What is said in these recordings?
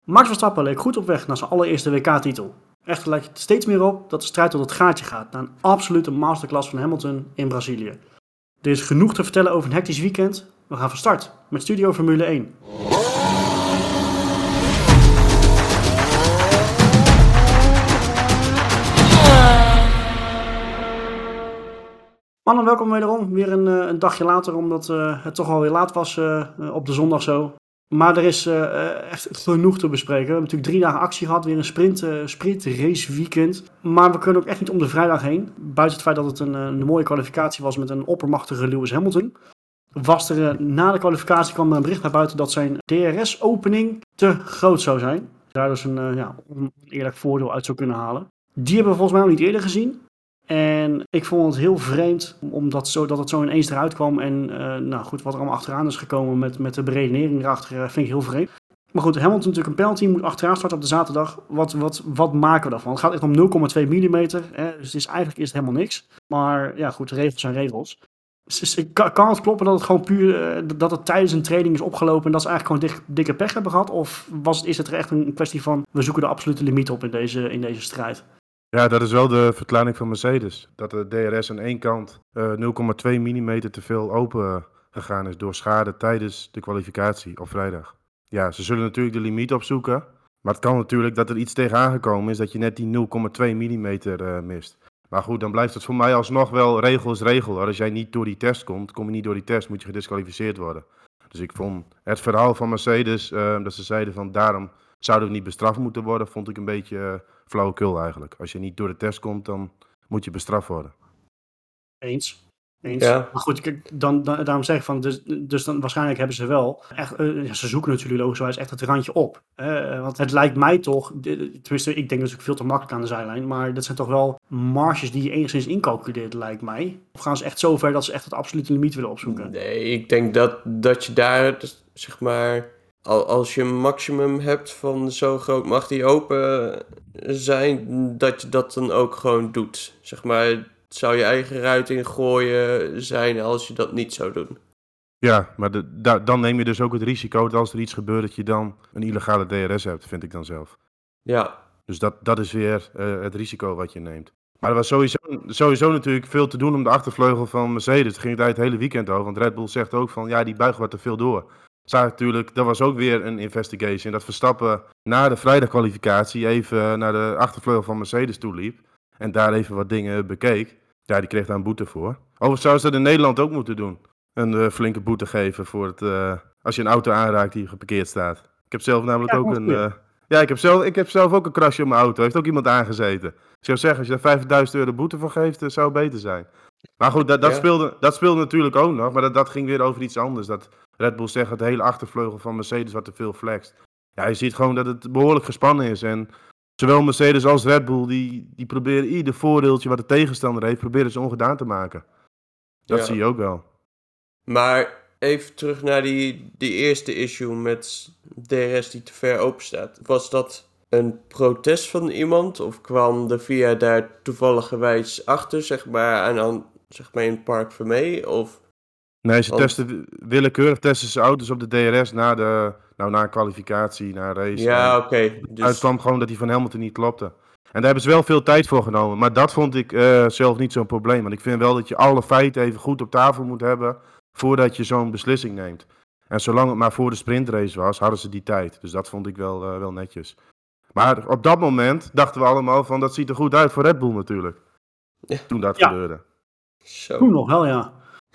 Max Verstappen leek goed op weg naar zijn allereerste WK-titel. Echter lijkt het steeds meer op dat de strijd tot het gaatje gaat na een absolute masterclass van Hamilton in Brazilië. Er is genoeg te vertellen over een hectisch weekend. We gaan van start met Studio Formule 1. Mannen, welkom wederom. Weer een dagje later, omdat het toch alweer laat was op de zondag zo. Maar er is echt genoeg te bespreken. We hebben natuurlijk 3 dagen actie gehad, weer een sprint race weekend. Maar we kunnen ook echt niet om de vrijdag heen. Buiten het feit dat het een mooie kwalificatie was met een oppermachtige Lewis Hamilton. Was er na de kwalificatie kwam er een bericht naar buiten dat zijn DRS-opening te groot zou zijn. Daar dus een oneerlijk voordeel uit zou kunnen halen. Die hebben we volgens mij nog niet eerder gezien. En ik vond het heel vreemd, omdat het zo ineens eruit kwam. En wat er allemaal achteraan is gekomen met de beredenering erachter, vind ik heel vreemd. Maar goed, Hamilton natuurlijk een penalty, moet achteraan starten op de zaterdag. Wat maken we daarvan? Het gaat echt om 0,2 mm, dus eigenlijk is het helemaal niks. Maar ja goed, regels zijn regels. Dus kan het kloppen dat het gewoon puur dat het tijdens een training is opgelopen en dat ze eigenlijk gewoon dikke pech hebben gehad? Of is het er echt een kwestie van, we zoeken de absolute limiet op in deze strijd? Ja, dat is wel de verklaring van Mercedes. Dat de DRS aan één kant 0,2 mm te veel open gegaan is door schade tijdens de kwalificatie op vrijdag. Ja, ze zullen natuurlijk de limiet opzoeken. Maar het kan natuurlijk dat er iets tegenaan gekomen is dat je net die 0,2 mm mist. Maar goed, dan blijft het voor mij alsnog wel regel is regel. Hoor. Als jij niet door die test komt, kom je niet door die test, moet je gedisqualificeerd worden. Dus ik vond het verhaal van Mercedes, dat ze zeiden van daarom zouden we niet bestraft moeten worden, vond ik een beetje flauwekul eigenlijk. Als je niet door de test komt, dan moet je bestraft worden. Eens. Ja. Maar goed, daarom zeg ik van, dus dan waarschijnlijk hebben ze wel echt, ze zoeken natuurlijk logischerwijs echt het randje op. Want het lijkt mij toch, tenminste ik denk natuurlijk veel te makkelijk aan de zijlijn, maar dat zijn toch wel marges die je enigszins incalculeert, lijkt mij. Of gaan ze echt zo ver dat ze echt het absolute limiet willen opzoeken? Nee, ik denk dat je daar, zeg maar, als je een maximum hebt van zo groot mag die open zijn, dat je dat dan ook gewoon doet. Zeg maar, het zou je eigen ruit ingooien zijn als je dat niet zou doen. Ja, maar dan neem je dus ook het risico dat als er iets gebeurt dat je dan een illegale DRS hebt, vind ik dan zelf. Ja. Dus dat is weer het risico wat je neemt. Maar er was sowieso natuurlijk veel te doen om de achtervleugel van Mercedes. Het ging het hele weekend over, want Red Bull zegt ook van ja, die buigen wat te veel door. Natuurlijk, dat was ook weer een investigation. Dat Verstappen na de vrijdagkwalificatie even naar de achtervleugel van Mercedes toe liep. En daar even wat dingen bekeek. Ja, die kreeg daar een boete voor. Overigens zouden ze dat in Nederland ook moeten doen. Een flinke boete geven voor het, als je een auto aanraakt die geparkeerd staat. Ik heb zelf namelijk ook een... ik heb zelf ook een crashje op mijn auto. Heeft ook iemand aangezeten. Ik zou zeggen, als je daar €5.000 boete voor geeft, zou het beter zijn. Maar goed, dat speelde natuurlijk ook nog. Maar dat ging weer over iets anders. Dat Red Bull zegt dat de hele achtervleugel van Mercedes wat te veel flext. Ja, je ziet gewoon dat het behoorlijk gespannen is. En zowel Mercedes als Red Bull, die proberen ieder voordeeltje wat de tegenstander heeft, proberen ze ongedaan te maken. Dat zie je ook wel. Maar even terug naar die eerste issue met DRS die te ver open staat. Was dat een protest van iemand of kwam de VIA daar toevalligerwijs achter, zeg maar, en dan zeg maar in het Park Vermee? Of... Nee, ze testen willekeurig ze auto's op de DRS na een kwalificatie, na een race. Ja, oké. Dus... Het kwam gewoon dat die van Hamilton niet klopte. En daar hebben ze wel veel tijd voor genomen. Maar dat vond ik zelf niet zo'n probleem. Want ik vind wel dat je alle feiten even goed op tafel moet hebben voordat je zo'n beslissing neemt. En zolang het maar voor de sprintrace was, hadden ze die tijd. Dus dat vond ik wel netjes. Maar op dat moment dachten we allemaal van, dat ziet er goed uit voor Red Bull natuurlijk. Ja. Toen dat gebeurde. Zo. Toen nog wel, ja.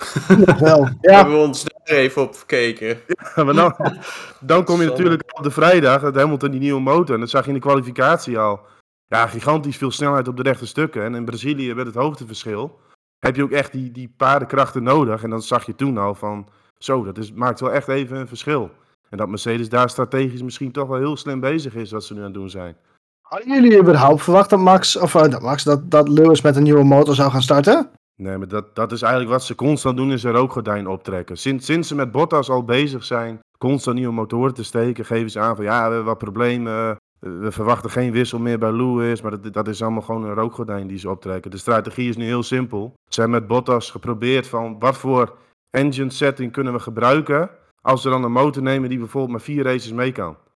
Hebben we ons daar even op gekeken. Ja, maar dan kom je natuurlijk op de vrijdag, dat Hamilton die nieuwe motor. En dat zag je in de kwalificatie al. Ja, gigantisch veel snelheid op de rechte stukken. En in Brazilië met het hoogteverschil heb je ook echt die paardenkrachten nodig. En dan zag je toen al van, zo, maakt wel echt even een verschil. En dat Mercedes daar strategisch misschien toch wel heel slim bezig is wat ze nu aan het doen zijn. Hadden jullie überhaupt verwacht dat Lewis met een nieuwe motor zou gaan starten? Nee, maar dat is eigenlijk wat ze constant doen, is een rookgordijn optrekken. Sinds ze met Bottas al bezig zijn, constant nieuwe motoren te steken, geven ze aan van ja, we hebben wat problemen. We verwachten geen wissel meer bij Lewis, maar dat is allemaal gewoon een rookgordijn die ze optrekken. De strategie is nu heel simpel. Ze hebben met Bottas geprobeerd van wat voor engine setting kunnen we gebruiken als we dan een motor nemen die bijvoorbeeld maar 4 races mee kan.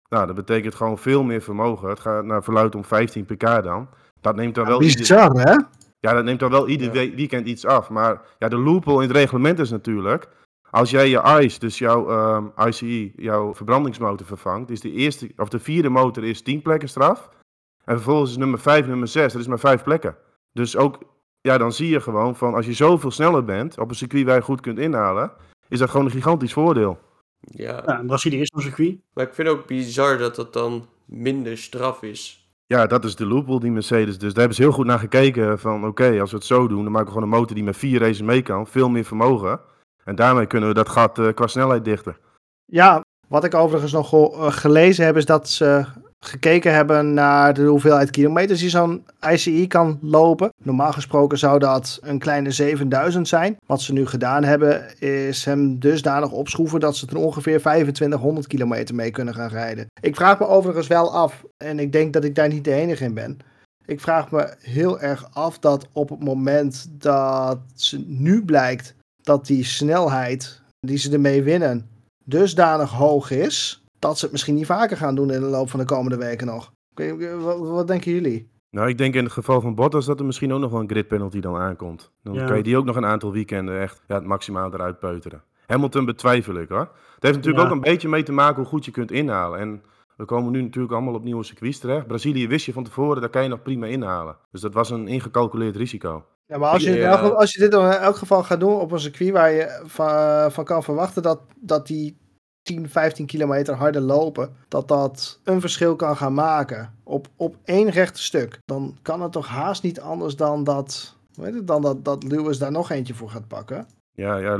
Nou, dat betekent gewoon veel meer vermogen. Het gaat naar verluidt om 15 pk dan. Dat neemt dan wel Bizar, hè? Ja, dat neemt dan wel ieder weekend iets af. Maar ja, de loophole in het reglement is natuurlijk... Als jij je ICE, dus jouw ICE, jouw verbrandingsmotor vervangt... is de vierde motor is 10 plekken straf. En vervolgens is nummer 5, nummer 6, dat is maar 5 plekken. Dus ook, ja, dan zie je gewoon van... Als je zoveel sneller bent op een circuit waar je goed kunt inhalen... is dat gewoon een gigantisch voordeel. Ja, Ja, Brazilië is een circuit. maar ik vind het ook bizar dat dat dan minder straf is. Ja, dat is de loophole, die Mercedes. Dus daar hebben ze heel goed naar gekeken van... Oké, als we het zo doen, dan maken we gewoon een motor die met 4 races mee kan. Veel meer vermogen. En daarmee kunnen we dat gat qua snelheid dichten. Ja, wat ik overigens nog gelezen heb, is dat ze gekeken hebben naar de hoeveelheid kilometers die zo'n ICE kan lopen. Normaal gesproken zou dat een kleine 7000 zijn. Wat ze nu gedaan hebben, is hem dusdanig opschroeven dat ze er ongeveer 2500 kilometer mee kunnen gaan rijden. Ik vraag me overigens wel af, en ik denk dat ik daar niet de enige in ben. Ik vraag me heel erg af dat op het moment dat ze nu blijkt dat die snelheid die ze ermee winnen dusdanig hoog is, dat ze het misschien niet vaker gaan doen in de loop van de komende weken nog. Wat denken jullie? Nou, ik denk in het geval van Bottas dat er misschien ook nog wel een grid penalty dan aankomt. Dan kan je die ook nog een aantal weekenden echt het maximaal eruit peuteren. Hamilton betwijfel ik hoor. Het heeft natuurlijk ook een beetje mee te maken hoe goed je kunt inhalen. En we komen nu natuurlijk allemaal op nieuwe circuits terecht. Brazilië wist je van tevoren, daar kan je nog prima inhalen. Dus dat was een ingecalculeerd risico. Ja, maar als je dit dan in elk geval gaat doen op een circuit waar je van kan verwachten dat die 10, 15 kilometer harder lopen, dat een verschil kan gaan maken op één rechte stuk, dan kan het toch haast niet anders dan dat Lewis daar nog eentje voor gaat pakken. Ja,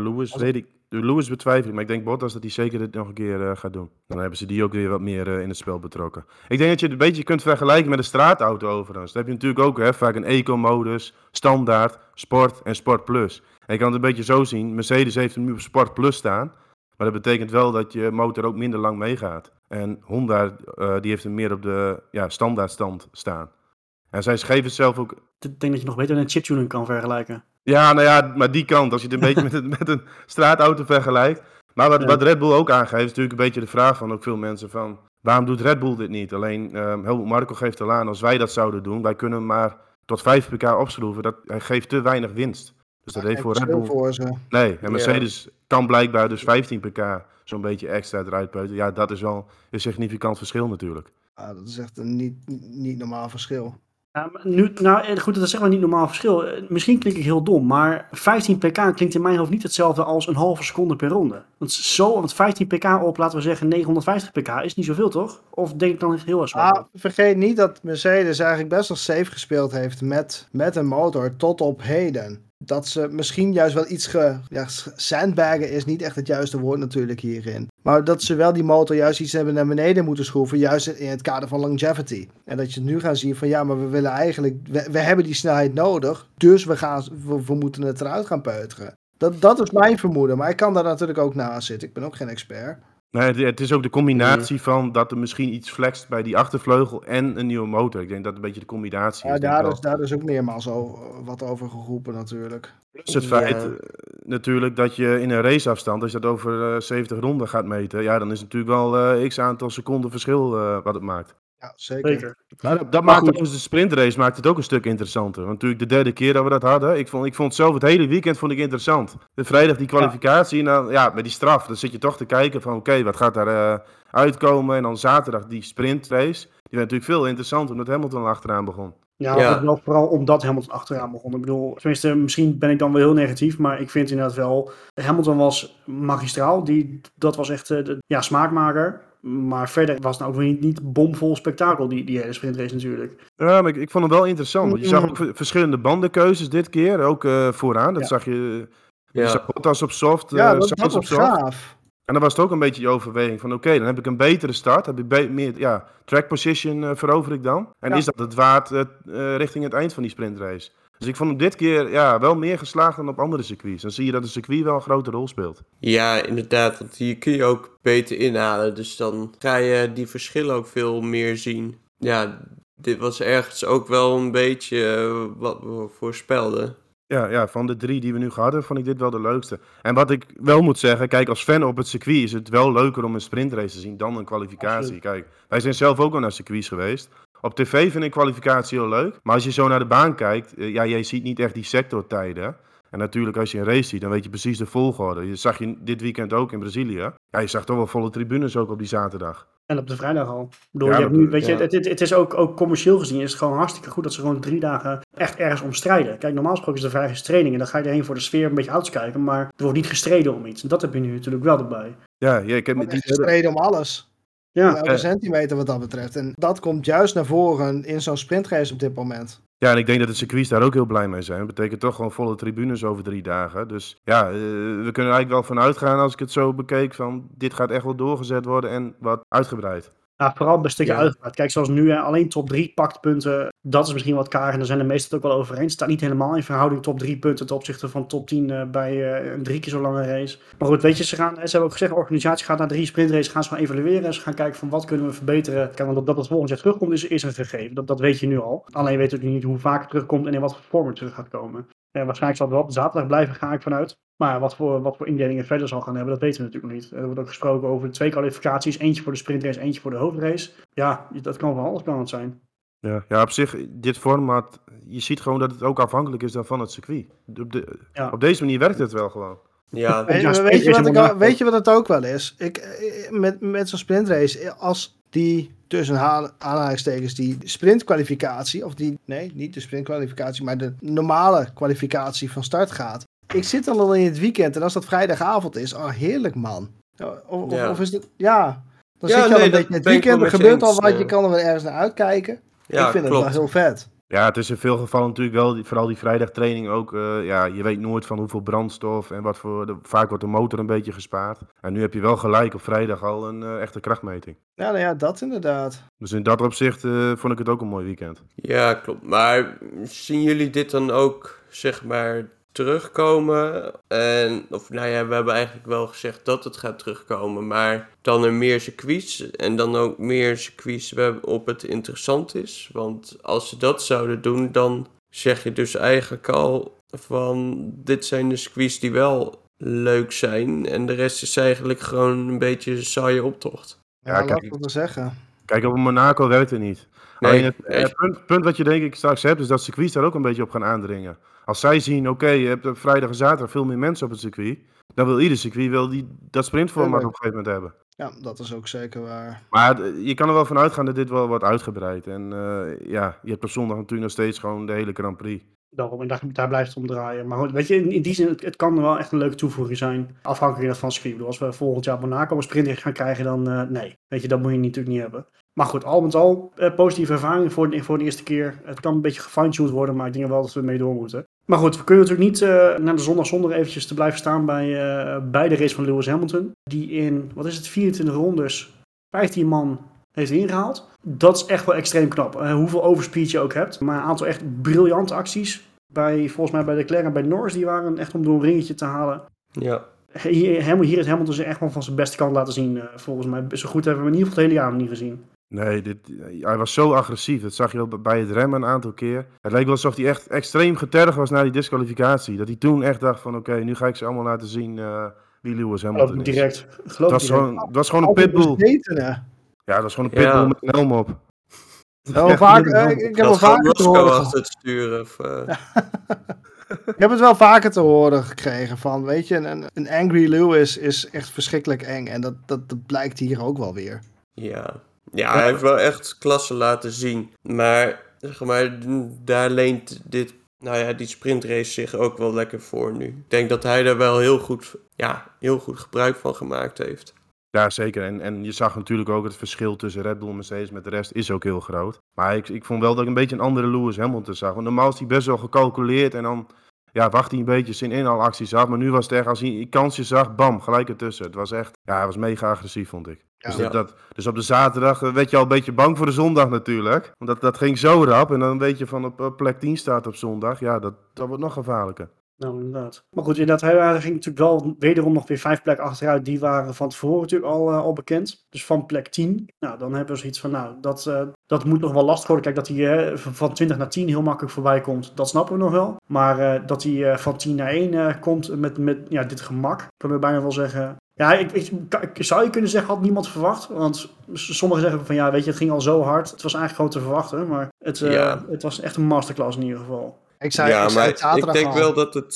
Lewis betwijfel ik, maar ik denk Bottas dat hij zeker dit nog een keer gaat doen. Dan hebben ze die ook weer wat meer in het spel betrokken. Ik denk dat je het een beetje kunt vergelijken met een straatauto overigens. Dan heb je natuurlijk ook vaak een eco-modus, standaard, sport en sport plus. En je kan het een beetje zo zien, Mercedes heeft hem nu op sport plus staan. Maar dat betekent wel dat je motor ook minder lang meegaat. En Honda die heeft hem meer op de standaardstand staan. En zij geven zelf ook... Ik denk dat je nog beter een chiptuning kan vergelijken. Ja, nou ja, maar die kant, als je het een beetje met een straatauto vergelijkt. Maar wat Red Bull ook aangeeft, is natuurlijk een beetje de vraag van ook veel mensen van... Waarom doet Red Bull dit niet? Alleen Helmut Marko geeft al aan, als wij dat zouden doen, wij kunnen maar tot 5 pk opschroeven. Hij geeft te weinig winst. Dus dat heeft voor Red Bull... Voor ze. Nee, en Mercedes kan blijkbaar dus 15 pk zo'n beetje extra eruit peuteren. Ja, dat is wel een significant verschil natuurlijk. Ja, dat is echt een niet normaal verschil. Ja, goed, dat is zeg maar niet normaal verschil. Misschien klink ik heel dom, maar 15 pk klinkt in mijn hoofd niet hetzelfde als een halve seconde per ronde. Want 15 pk op, laten we zeggen, 950 pk is niet zoveel, toch? Of denk ik dan heel erg zwak? Vergeet niet dat Mercedes eigenlijk best wel safe gespeeld heeft met een motor tot op heden. Dat ze misschien juist wel iets sandbaggen is niet echt het juiste woord natuurlijk hierin. Maar dat ze wel die motor juist iets hebben naar beneden moeten schroeven, juist in het kader van longevity. En dat je nu gaat zien van ja, maar we willen eigenlijk, we hebben die snelheid nodig, dus we moeten het eruit gaan peuteren. Dat is mijn vermoeden, maar ik kan daar natuurlijk ook naast zitten. Ik ben ook geen expert. Nee, het is ook de combinatie van dat er misschien iets flext bij die achtervleugel en een nieuwe motor. Ik denk dat een beetje de combinatie is. Daar is ook meermaals wat over geroepen natuurlijk. Plus het feit natuurlijk dat je in een raceafstand, als je dat over 70 ronden gaat meten, ja, dan is het natuurlijk wel x aantal seconden verschil wat het maakt. Ja, zeker. Nou, dat maakt trouwens de sprintrace maakt het ook een stuk interessanter. Want natuurlijk de derde keer dat we dat hadden. Ik vond zelf het hele weekend interessant. De vrijdag die kwalificatie en dan met die straf. Dan zit je toch te kijken van oké, wat gaat daar uitkomen. En dan zaterdag die sprintrace. Die werd natuurlijk veel interessanter omdat Hamilton achteraan begon. Ja, wel vooral omdat Hamilton achteraan begon. Ik bedoel, tenminste, misschien ben ik dan wel heel negatief, maar ik vind inderdaad wel... Hamilton was magistraal, dat was echt de smaakmaker. Maar verder was het ook weer niet bomvol spektakel, die hele sprintrace natuurlijk. Ja, maar ik vond het wel interessant. Want je zag ook verschillende bandenkeuzes dit keer, ook vooraan. Dat zag je... Je zag Bottas op soft, dat was op soft. gaaf. En dan was het ook een beetje je overweging van oké, dan heb ik een betere start. Heb ik meer track position verover ik dan. En is dat het waard richting het eind van die sprintrace. Dus ik vond hem dit keer wel meer geslaagd dan op andere circuits. Dan zie je dat de circuit wel een grote rol speelt. Ja, inderdaad. Want hier kun je ook beter inhalen. Dus dan ga je die verschillen ook veel meer zien. Ja, dit was ergens ook wel een beetje wat we voorspelden. Ja, van de 3 die we nu gehad hebben, vond ik dit wel de leukste. En wat ik wel moet zeggen, kijk, als fan op het circuit is het wel leuker om een sprintrace te zien dan een kwalificatie. Absoluut. Kijk, wij zijn zelf ook al naar circuits geweest. Op tv vind ik kwalificatie heel leuk. Maar als je zo naar de baan kijkt, jij ziet niet echt die sectortijden. En natuurlijk, als je een race ziet, dan weet je precies de volgorde. Dat zag je dit weekend ook in Brazilië. Ja, je zag toch wel volle tribunes ook op die zaterdag. En op de vrijdag al. Ik bedoel, Ja, je hebt dat- nu, weet je, ja. het is ook commercieel gezien is het gewoon hartstikke goed dat ze gewoon 3 dagen echt ergens om strijden. Kijk, normaal gesproken is de vrijgestraining en dan ga je erheen voor de sfeer een beetje uitkijken, maar er wordt niet gestreden om iets. En dat heb je nu natuurlijk wel erbij. Ja, ik heb wordt die echt gestreden om alles. Ja, Om elke centimeter wat dat betreft. En dat komt juist naar voren in zo'n sprintrace op dit moment. Ja, en ik denk dat de circuits daar ook heel blij mee zijn. Dat betekent toch gewoon volle tribunes over 3 dagen. Dus ja, we kunnen er eigenlijk wel van uitgaan als ik het zo bekeek van dit gaat echt wel doorgezet worden en wat uitgebreid. ja, vooral bij een stukje Ja. uitgebreid. Kijk, zoals nu alleen top 3 paktpunten, dat is misschien wat karig en daar zijn de meesten het ook wel over eens. Het staat niet helemaal in verhouding top 3 punten ten opzichte van top 10 bij een 3 keer zo lange race. Maar goed, weet je, ze hebben ook gezegd, de organisatie gaat na 3 sprintraces gaan ze gewoon evalueren. Ze gaan kijken van wat kunnen we verbeteren. Kijk, want dat het volgend jaar terugkomt is een gegeven. Dat weet je nu al. Alleen weet je niet hoe vaak het terugkomt en in wat voor vorm het terug gaat komen. Waarschijnlijk zal het wel op de zaterdag blijven, ga ik vanuit. Maar wat voor indelingen verder zal gaan hebben, dat weten we natuurlijk nog niet. Er wordt ook gesproken over 2 kwalificaties. Eentje voor de sprintrace, eentje voor de hoofdrace. Ja, dat kan van alles spannend zijn. Ja, op zich, dit format, je ziet gewoon dat het ook afhankelijk is dan van het circuit. Ja. Op deze manier werkt het wel gewoon. Ja, Ja, Weet je wat het ook wel is? Met zo'n sprintrace, als die tussen aanhalingstekens die sprintkwalificatie, of die, nee, niet de sprintkwalificatie, maar de normale kwalificatie van start gaat. Ik zit dan al in het weekend en als dat vrijdagavond is, oh heerlijk man. Of is het, ja, dan Ja, zit je al nee, een dat beetje in het ben ik wel weekend, er met je gebeurt al eens, wat, je kan er wel ergens naar uitkijken. ja, Ik vind klopt. het wel heel vet. Ja, het is in veel gevallen natuurlijk wel, vooral die vrijdagtraining ook, je weet nooit van hoeveel brandstof en vaak wordt de motor een beetje gespaard. En nu heb je wel gelijk op vrijdag al een echte krachtmeting. Ja, nou ja, dat inderdaad. Dus in dat opzicht vond ik het ook een mooi weekend. Ja, klopt. Maar zien jullie dit dan ook, zeg maar, terugkomen? Of nou ja, we hebben eigenlijk wel gezegd dat het gaat terugkomen, maar dan er meer circuits en dan ook meer circuits waarop het interessant is. Want als ze dat zouden doen, dan zeg je dus eigenlijk al van dit zijn de circuits die wel leuk zijn en de rest is eigenlijk gewoon een beetje een saaie optocht. Ja, Ja, kijk, laat ik wel zeggen. Kijk, op Monaco werkt het niet. Nee, Alleen nee. het punt wat je denk ik straks hebt, is dat circuits daar ook een beetje op gaan aandringen. Als zij zien, oké, je hebt op vrijdag en zaterdag veel meer mensen op het circuit, dan wil ieder circuit dat sprintformat op een gegeven moment hebben. Ja, dat is ook zeker waar. Maar je kan er wel van uitgaan dat dit wel wordt uitgebreid. En je hebt op zondag natuurlijk nog steeds gewoon de hele Grand Prix. Daarom, en daar blijft het om draaien. Maar goed, weet je, in die zin, het kan wel echt een leuke toevoeging zijn. Afhankelijk van het circuit. Ik bedoel, als we volgend jaar Monaco een sprinter gaan krijgen, dan nee. Weet je, dat moet je natuurlijk niet hebben. Maar goed, al met al, positieve ervaring voor de eerste keer. Het kan een beetje gefine-tuned worden, maar ik denk wel dat we mee door moeten. Maar goed, we kunnen natuurlijk niet naar de zondag zonder eventjes te blijven staan bij de race van Lewis Hamilton. Die in, 24 rondes, 15 man heeft ingehaald. Dat is echt wel extreem knap. Hoeveel overspeed je ook hebt. Maar een aantal echt briljante acties. Volgens mij bij Leclerc en bij Norris, die waren echt om door een ringetje te halen. Ja. Hier heeft Hamilton zich echt wel van zijn beste kant laten zien. Volgens mij, zo goed hebben we in ieder geval het hele jaar nog niet gezien. Nee, hij was zo agressief. Dat zag je ook bij het remmen een aantal keer. Het leek wel alsof hij echt extreem getergd was na die disqualificatie. Dat hij toen echt dacht van oké, nu ga ik ze allemaal laten zien wie Lewis Hamilton is. Direct. Het was gewoon een Altijd pitbull. bezetenen. Ja, dat was gewoon een pitbull Ja. met een helm op. Wel Echt vaak, niet normaal. ik heb Dat wel gewoon vaker te Roscoe horen achter het sturen. Ik heb het wel vaker te horen gekregen van, weet je, een angry Lewis is echt verschrikkelijk eng. En dat blijkt hier ook wel weer. Ja, hij heeft wel echt klasse laten zien. Maar, zeg maar, daar leent die sprintrace zich ook wel lekker voor nu. Ik denk dat hij daar wel heel goed gebruik van gemaakt heeft. Ja, zeker. En je zag natuurlijk ook het verschil tussen Red Bull en Mercedes met de rest is ook heel groot. Maar ik vond wel dat ik een beetje een andere Lewis Hamilton zag. Want normaal is hij best wel gecalculeerd en dan wacht hij een beetje zijn inhaalacties af. Maar nu was het echt, als hij een kansje zag, bam, gelijk ertussen. Het was echt, hij was mega agressief, vond ik. Ja. Dus op de zaterdag werd je al een beetje bang voor de zondag natuurlijk. Want dat ging zo rap. En dan een beetje van op plek 10 staat op zondag. Ja, dat wordt nog gevaarlijker. Nou, inderdaad. Maar goed, inderdaad, hij ging natuurlijk wel wederom nog weer 5 plekken achteruit. Die waren van tevoren natuurlijk al bekend. Dus van plek 10. Nou, dan hebben we zoiets van, Dat moet nog wel lastig worden. Kijk, dat hij van 20 naar 10 heel makkelijk voorbij komt, dat snappen we nog wel. Maar dat hij van 10 naar 1 komt met dit gemak, kan ik bijna wel zeggen. Ja, ik zou je kunnen zeggen, had niemand verwacht. Want sommigen zeggen van ja, weet je, het ging al zo hard. Het was eigenlijk gewoon te verwachten. Maar het was echt een masterclass in ieder geval. Ik zei het maar ik zaterdag denk al. wel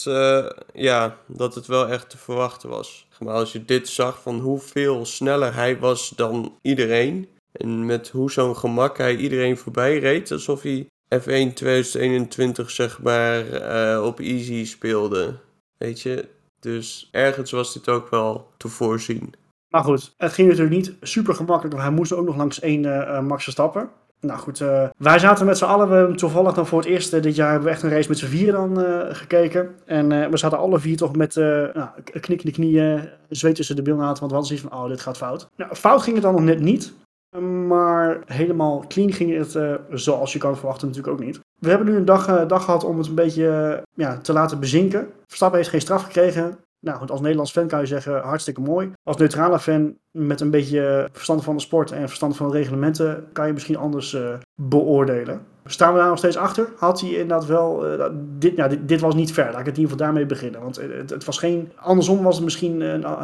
dat het wel echt te verwachten was. Maar als je dit zag van hoeveel sneller hij was dan iedereen. En met hoe zo'n gemak hij iedereen voorbij reed. Alsof hij F1 2021 zeg maar op easy speelde. Weet je? Dus ergens was dit ook wel te voorzien. Maar goed, het ging natuurlijk niet super gemakkelijk. Want hij moest ook nog langs 1 Max Verstappen. Nou goed, wij zaten met z'n allen, we hebben toevallig dan voor het eerst dit jaar hebben we echt een race met z'n vieren dan gekeken. En we zaten alle vier toch met een knik in de knieën, zweet tussen de bilnaad, want we hadden zoiets van, dit gaat fout. Nou, fout ging het dan nog net niet, maar helemaal clean ging het zoals je kan verwachten natuurlijk ook niet. We hebben nu een dag gehad om het een beetje te laten bezinken. Verstappen heeft geen straf gekregen. Nou goed, als Nederlands fan kan je zeggen, hartstikke mooi. Als neutrale fan met een beetje verstand van de sport en verstand van de reglementen kan je misschien anders beoordelen. Staan we daar nog steeds achter? Had hij inderdaad wel, dit was niet fair. Laat ik het in ieder geval daarmee beginnen. Want het was geen, andersom was het misschien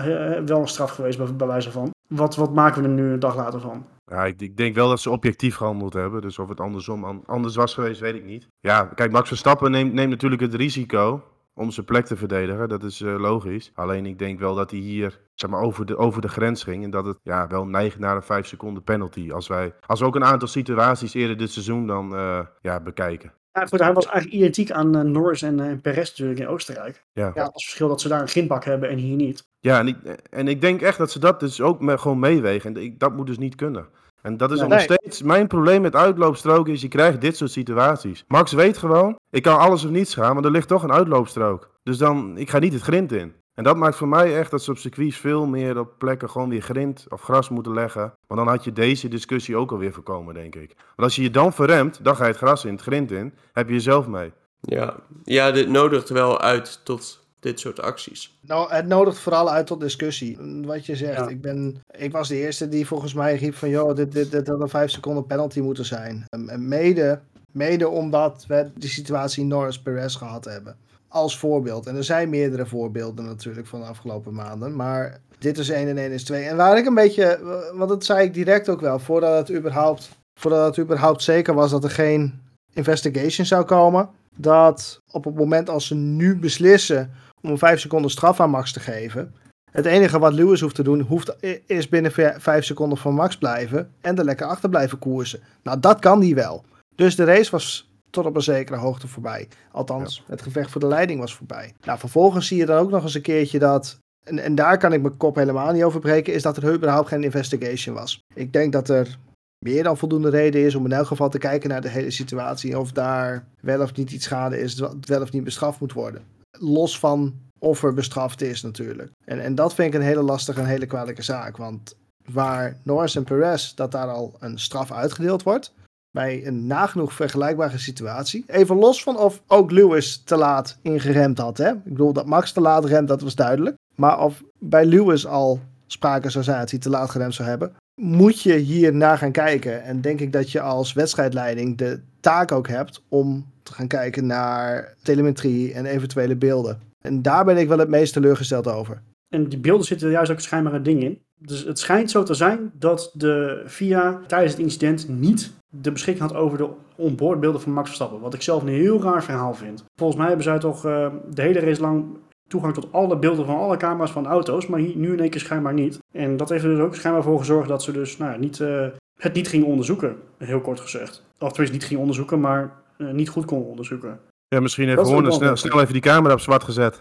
wel een straf geweest bij wijze van. Wat maken we er nu een dag later van? Ja, ik denk wel dat ze objectief gehandeld hebben. Dus of het andersom anders was geweest, weet ik niet. Ja, kijk, Max Verstappen neemt natuurlijk het risico om zijn plek te verdedigen. Dat is logisch. Alleen ik denk wel dat hij hier zeg maar, over de grens ging. En dat het wel neigt naar een 5 seconden penalty. Als we ook een aantal situaties eerder dit seizoen dan bekijken. Ja, goed, hij was eigenlijk identiek aan Norris en Perez natuurlijk in Oostenrijk. Ja. Als verschil dat ze daar een grindbak hebben en hier niet. Ja, en ik denk echt dat ze dat dus ook gewoon meewegen. En dat moet dus niet kunnen. En dat is nog steeds mijn probleem met uitloopstroken is je krijgt dit soort situaties. Max weet gewoon, ik kan alles of niets gaan, maar er ligt toch een uitloopstrook. Dus ik ga niet het grind in. En dat maakt voor mij echt dat ze op circuits veel meer op plekken gewoon weer grind of gras moeten leggen. Maar dan had je deze discussie ook alweer voorkomen, denk ik. Want als je je dan verremt, dan ga je het gras in, het grind in, heb je jezelf mee. Ja, dit nodigt wel uit tot dit soort acties. Nou, het nodigt vooral uit tot discussie. Wat je zegt, ik was de eerste die volgens mij riep van, joh, dit had een 5 seconden penalty moeten zijn. En mede omdat we die situatie Norris-Perez gehad hebben. Als voorbeeld. En er zijn meerdere voorbeelden natuurlijk van de afgelopen maanden. Maar dit is 1 en 1 is 2. En waar ik een beetje, want dat zei ik direct ook wel, voordat het überhaupt zeker was dat er geen investigation zou komen. Dat op het moment als ze nu beslissen om een 5 seconden straf aan Max te geven. Het enige wat Lewis hoeft te doen, is binnen 5 seconden van Max blijven en er lekker achter blijven koersen. Nou, dat kan die wel. Dus de race was tot op een zekere hoogte voorbij. Althans, het gevecht voor de leiding was voorbij. Nou, vervolgens zie je dan ook nog eens een keertje dat, en daar kan ik mijn kop helemaal niet over breken, is dat er überhaupt geen investigation was. Ik denk dat er meer dan voldoende reden is om in elk geval te kijken naar de hele situatie. Of daar wel of niet iets schade is, wat wel of niet bestraft moet worden. Los van of er bestraft is natuurlijk. En dat vind ik een hele lastige en hele kwalijke zaak. Want waar Norris en Perez, dat daar al een straf uitgedeeld wordt. Bij een nagenoeg vergelijkbare situatie. Even los van of ook Lewis te laat ingeremd had. Hè? Ik bedoel dat Max te laat remt, dat was duidelijk. Maar of bij Lewis al sprake zou zijn dat hij te laat geremd zou hebben. Moet je hier naar gaan kijken. En denk ik dat je als wedstrijdleiding de taak ook hebt om te gaan kijken naar telemetrie en eventuele beelden. En daar ben ik wel het meest teleurgesteld over. En die beelden zitten er juist ook schijnbaar een ding in. Dus het schijnt zo te zijn dat de FIA tijdens het incident niet de beschikking had over de onboardbeelden van Max Verstappen. Wat ik zelf een heel raar verhaal vind. Volgens mij hebben zij toch de hele race lang toegang tot alle beelden van alle camera's van auto's, maar nu in één keer schijnbaar niet. En dat heeft er dus ook schijnbaar voor gezorgd dat ze dus het niet gingen onderzoeken, heel kort gezegd. Of tenminste niet gingen onderzoeken, maar niet goed konden onderzoeken. Ja, misschien heeft gewoon snel even die camera op zwart gezet.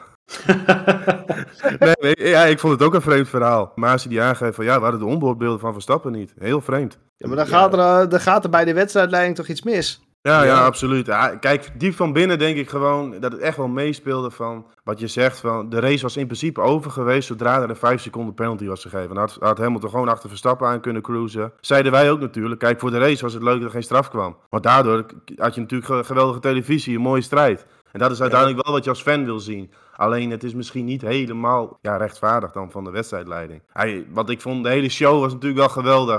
Nee, ik vond het ook een vreemd verhaal. Maar als je die aangeeft van we hadden de onboardbeelden van Verstappen niet. Heel vreemd. Ja, maar dan gaat er bij de wedstrijdleiding toch iets mis? Ja, absoluut. Ja, kijk, diep van binnen denk ik gewoon dat het echt wel meespeelde van wat je zegt. Van de race was in principe over geweest zodra er een 5 seconden penalty was gegeven. Dan had Hamilton gewoon achter Verstappen aan kunnen cruisen. Zeiden wij ook natuurlijk. Kijk, voor de race was het leuk dat er geen straf kwam. Want daardoor had je natuurlijk geweldige televisie, een mooie strijd. En dat is uiteindelijk wel wat je als fan wil zien. Alleen het is misschien niet helemaal rechtvaardig dan van de wedstrijdleiding. Wat ik vond, de hele show was natuurlijk wel geweldig.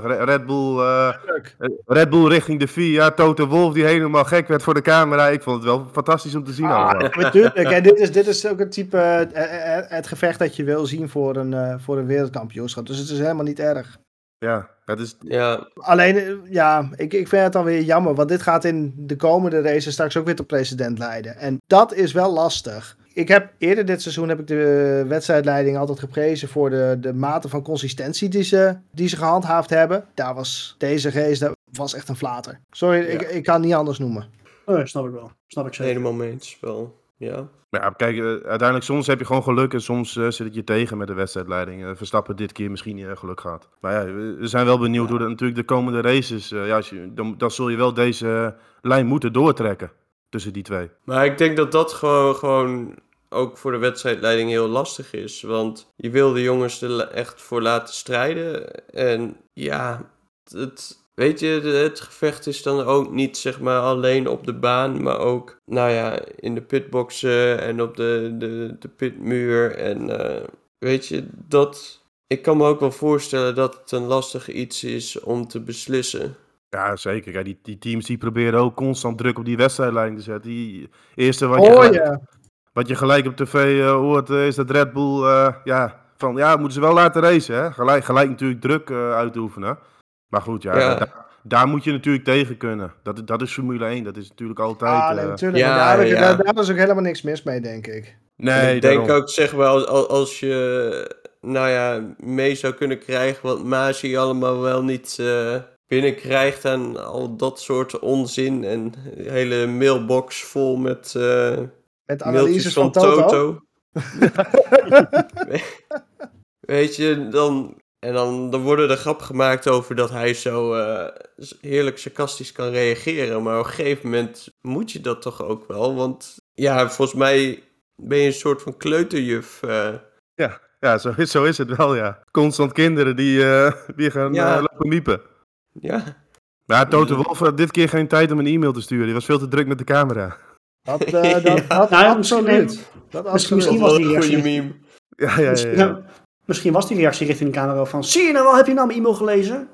Red Bull richting de VIA, Toto Wolff die helemaal gek werd voor de camera. Ik vond het wel fantastisch om te zien allemaal. Natuurlijk. En dit is ook het type, het gevecht dat je wil zien voor een wereldkampioenschap. Dus het is helemaal niet erg. Ja, het is... Ja, Alleen, ik vind het dan weer jammer, want dit gaat in de komende races straks ook weer tot precedent leiden. En dat is wel lastig. Eerder dit seizoen heb ik de wedstrijdleiding altijd geprezen voor de mate van consistentie die ze gehandhaafd hebben. Deze race, dat was echt een flater. Sorry, Ja. ik kan het niet anders noemen. Snap ik wel. Snap ik zeker. helemaal mee eens wel. Ja. Maar ja, kijk, uiteindelijk soms heb je gewoon geluk en soms zit het je tegen met de wedstrijdleiding. Verstappen dit keer misschien niet geluk gehad. Maar ja, we zijn wel benieuwd hoe dat natuurlijk de komende races... dan zul je wel deze lijn moeten doortrekken tussen die twee. Maar ik denk dat dat gewoon ook voor de wedstrijdleiding heel lastig is. Want je wil de jongens er echt voor laten strijden. En ja, weet je, het gevecht is dan ook niet zeg maar alleen op de baan, maar ook in de pitboxen en op de pitmuur. En weet je, ik kan me ook wel voorstellen dat het een lastig iets is om te beslissen. Ja, zeker. Kijk, die teams die proberen ook constant druk op die wedstrijdleiding te zetten. Die eerste wat je gelijk op tv hoort is dat Red Bull... moeten ze wel laten racen. Hè? Gelijk natuurlijk druk uitoefenen. Maar goed, daar moet je natuurlijk tegen kunnen. Dat is Formule 1. Dat is natuurlijk altijd... natuurlijk. Daar is ook helemaal niks mis mee, denk ik. Nee, ik denk ook, zeg maar, als je mee zou kunnen krijgen wat Masi allemaal wel niet binnenkrijgt aan al dat soort onzin en de hele mailbox vol met analyses van Toto. Weet je, dan worden er grappen gemaakt over dat hij zo heerlijk sarcastisch kan reageren. Maar op een gegeven moment moet je dat toch ook wel. Want ja, volgens mij ben je een soort van kleuterjuf. Ja, zo is het wel, ja. Constant kinderen die gaan lopen miepen. Ja. Maar Toto Wolff had dit keer geen tijd om een e-mail te sturen. Die was veel te druk met de camera. Absoluut. Misschien was die reactie... meme. Ja. Misschien was die reactie richting de camera wel van... Zie je nou wel, heb je nou mijn e-mail gelezen?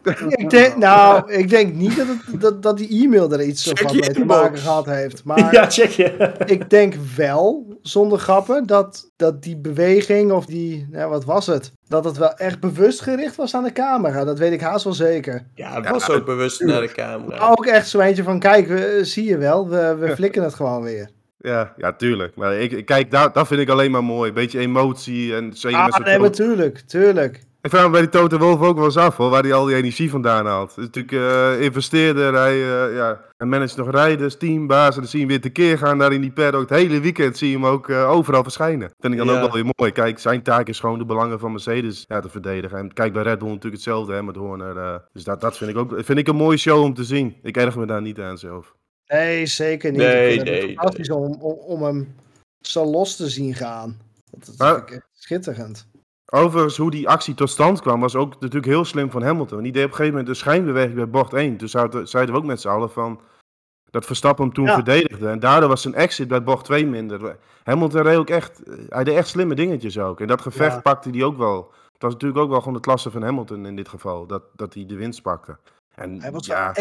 Ik denk niet dat die e-mail er iets Check van je mee te inbox. maken gehad heeft. Maar Ja, check je. ik denk wel, zonder grappen, dat die beweging of wat was het? Dat het wel echt bewust gericht was aan de camera. Dat weet ik haast wel zeker. Ja, het was ook bewust naar de camera. Maar ook echt zo eentje van, kijk, zie je wel, we flikken het gewoon weer. Ja, tuurlijk. Maar kijk, dat vind ik alleen maar mooi. Een beetje emotie en zeker met Nee, maar tuurlijk. Ik vraag me bij die Toto Wolff ook wel eens af, hoor, waar hij al die energie vandaan haalt. Het is natuurlijk investeerder, hij managt nog rijders, teambaas, en dan zie je hem weer tekeer gaan daar in die paddock. Het hele weekend zie je hem ook overal verschijnen. Vind ik dan ook wel weer mooi. Kijk, zijn taak is gewoon de belangen van Mercedes te verdedigen. En kijk, bij Red Bull natuurlijk hetzelfde, hè, met Horner. Dus dat vind ik een mooie show om te zien. Ik erg me daar niet aan zelf. Nee, zeker niet. Ik vind het fantastisch om hem zo los te zien gaan. Dat vind ik echt schitterend. Overigens, hoe die actie tot stand kwam, was ook natuurlijk heel slim van Hamilton. Die deed op een gegeven moment een schijnbeweging bij bocht 1. Dus zeiden we ook met z'n allen van dat Verstappen hem toen verdedigde. En daardoor was zijn exit bij bocht 2 minder. Hamilton reed ook hij deed echt slimme dingetjes ook. En dat gevecht pakte hij ook wel. Het was natuurlijk ook wel gewoon de klasse van Hamilton in dit geval, dat hij de winst pakte. En hij was wel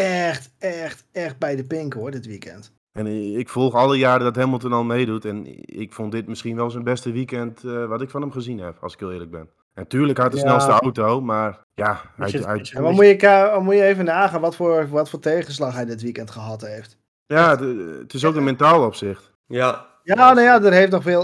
echt bij de pink, hoor, dit weekend. En ik volg alle jaren dat Hamilton al meedoet. En ik vond dit misschien wel zijn beste weekend wat ik van hem gezien heb, als ik heel eerlijk ben. En tuurlijk had hij de snelste auto, maar En dan moet je even nagaan wat voor tegenslag hij dit weekend gehad heeft. Ja, het is ook een mentaal opzicht. Ja. Er heeft nog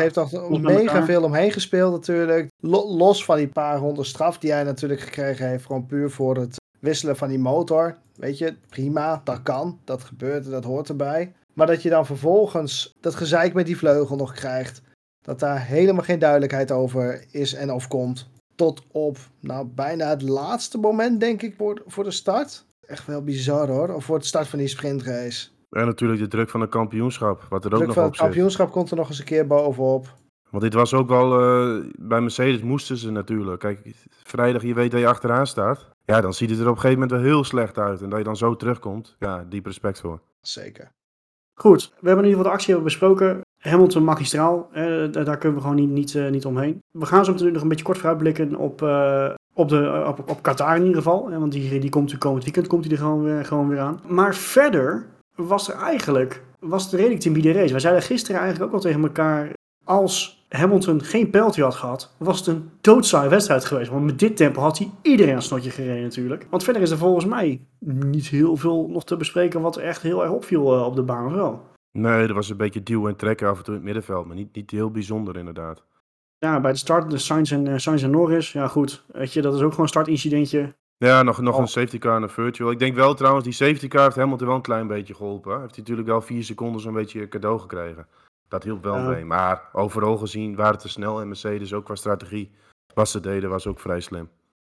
mega veel omheen gespeeld natuurlijk. Los van die paar ronden straf die hij natuurlijk gekregen heeft, gewoon puur voor het wisselen van die motor. Weet je, prima, dat kan, dat gebeurt en dat hoort erbij. Maar dat je dan vervolgens dat gezeik met die vleugel nog krijgt, dat daar helemaal geen duidelijkheid over is en of komt. Tot op, bijna het laatste moment, denk ik, voor de start. Echt wel bizar, hoor. Of voor het start van die sprintrace. En natuurlijk de druk van het kampioenschap, wat er ook nog op zit. De druk van het kampioenschap komt er nog eens een keer bovenop. Want dit was ook wel, bij Mercedes moesten ze natuurlijk. Kijk, vrijdag je weet dat je achteraan staat. Ja, dan ziet het er op een gegeven moment wel heel slecht uit. En dat je dan zo terugkomt, diep respect voor. Zeker. Goed, we hebben in ieder geval de actie besproken. Hamilton magistraal, daar kunnen we gewoon niet omheen. We gaan zo meteen nog een beetje kort vooruitblikken op Qatar in ieder geval. Want die komt natuurlijk komend weekend komt hij er gewoon weer aan. Maar verder was het redelijk te bieden race. Wij zeiden gisteren eigenlijk ook al tegen elkaar, als Hamilton geen penalty had gehad, was het een doodzaaie wedstrijd geweest. Want met dit tempo had hij iedereen aan het snotje gereden natuurlijk. Want verder is er volgens mij niet heel veel nog te bespreken wat echt heel erg opviel op de baan of wel. Nee, er was een beetje duwen en trekken af en toe in het middenveld, maar niet heel bijzonder inderdaad. Ja, bij de start de Sainz en Norris. Ja goed, weet je, dat is ook gewoon een startincidentje. Ja, nog een safety car en een virtual. Ik denk wel trouwens, die safety car heeft Hamilton wel een klein beetje geholpen. Heeft hij natuurlijk wel 4 seconden zo'n beetje cadeau gekregen. Dat hielp wel mee. Maar overal gezien waren het te snel en Mercedes ook qua strategie. Wat ze deden was ook vrij slim.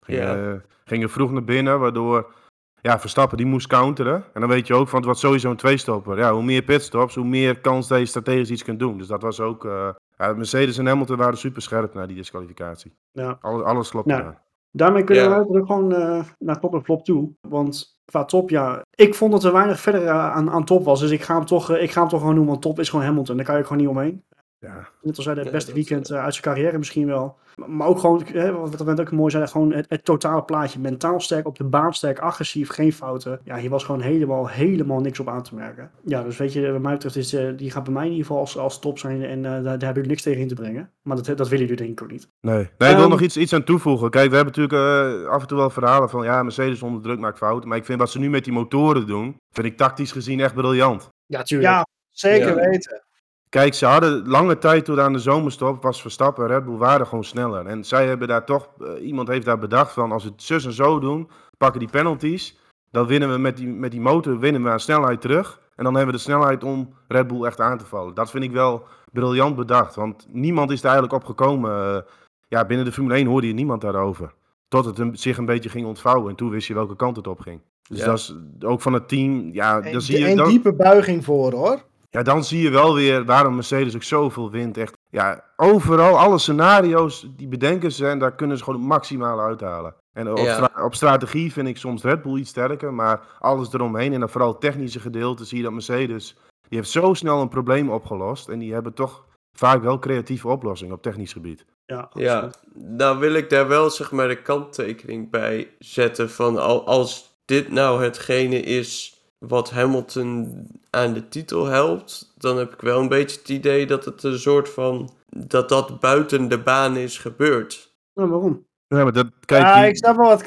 Gingen vroeg naar binnen, waardoor Verstappen die moest counteren. En dan weet je ook van het wordt sowieso een tweestopper. Ja, hoe meer pitstops, hoe meer kans dat je strategisch iets kunt doen. Dus dat was ook... Mercedes en Hamilton waren super scherp na die disqualificatie. Ja. Alles klopt daar. Daarmee kunnen we ook gewoon naar top en flop toe. Want qua top, ik vond dat er weinig verder aan top was. Dus ik ga hem toch gewoon noemen, want top is gewoon Hamilton. Daar kan je gewoon niet omheen. Ja. Net als hij het beste weekend uit zijn carrière misschien wel. Maar ook gewoon, wat we ook mooi zeiden, gewoon het totale plaatje. Mentaal sterk, op de baan sterk, agressief, geen fouten. Ja, hier was gewoon helemaal niks op aan te merken. Ja, dus weet je, wat mij betreft, die gaat bij mij in ieder geval als top zijn. En daar heb ik niks tegen in te brengen. Maar dat willen jullie denk ik ook niet. Nee, ik wil nog iets aan toevoegen. Kijk, we hebben natuurlijk af en toe wel verhalen van, Mercedes onder druk maakt fouten. Maar ik vind wat ze nu met die motoren doen, vind ik tactisch gezien echt briljant. Ja, tuurlijk. Ja, zeker weten. Kijk, ze hadden lange tijd tot aan de zomerstop, was Verstappen en Red Bull waren gewoon sneller. En zij hebben daar toch, iemand heeft daar bedacht van, als we het zus en zo doen, pakken die penalties, dan winnen we met die motor aan snelheid terug. En dan hebben we de snelheid om Red Bull echt aan te vallen. Dat vind ik wel briljant bedacht, want niemand is er eigenlijk op gekomen. Binnen de Formule 1 hoorde je niemand daarover. Tot het zich een beetje ging ontvouwen en toen wist je welke kant het op ging. Dus dat is ook van het team, dan zie je... Een diepe buiging voor, hoor. Ja, dan zie je wel weer waarom Mercedes ook zoveel wint. Echt, overal, alle scenario's die bedenken ze en daar kunnen ze gewoon het maximale uithalen. En op strategie vind ik soms Red Bull iets sterker, maar alles eromheen en dan vooral het technische gedeelte zie je dat Mercedes, die heeft zo snel een probleem opgelost en die hebben toch vaak wel creatieve oplossingen op technisch gebied. Ja, nou wil ik daar wel zeg maar de kanttekening bij zetten van als dit nou hetgene is wat Hamilton aan de titel helpt, dan heb ik wel een beetje het idee dat het een soort van dat buiten de baan is gebeurd. Nou, waarom? Ja, maar ik snap wel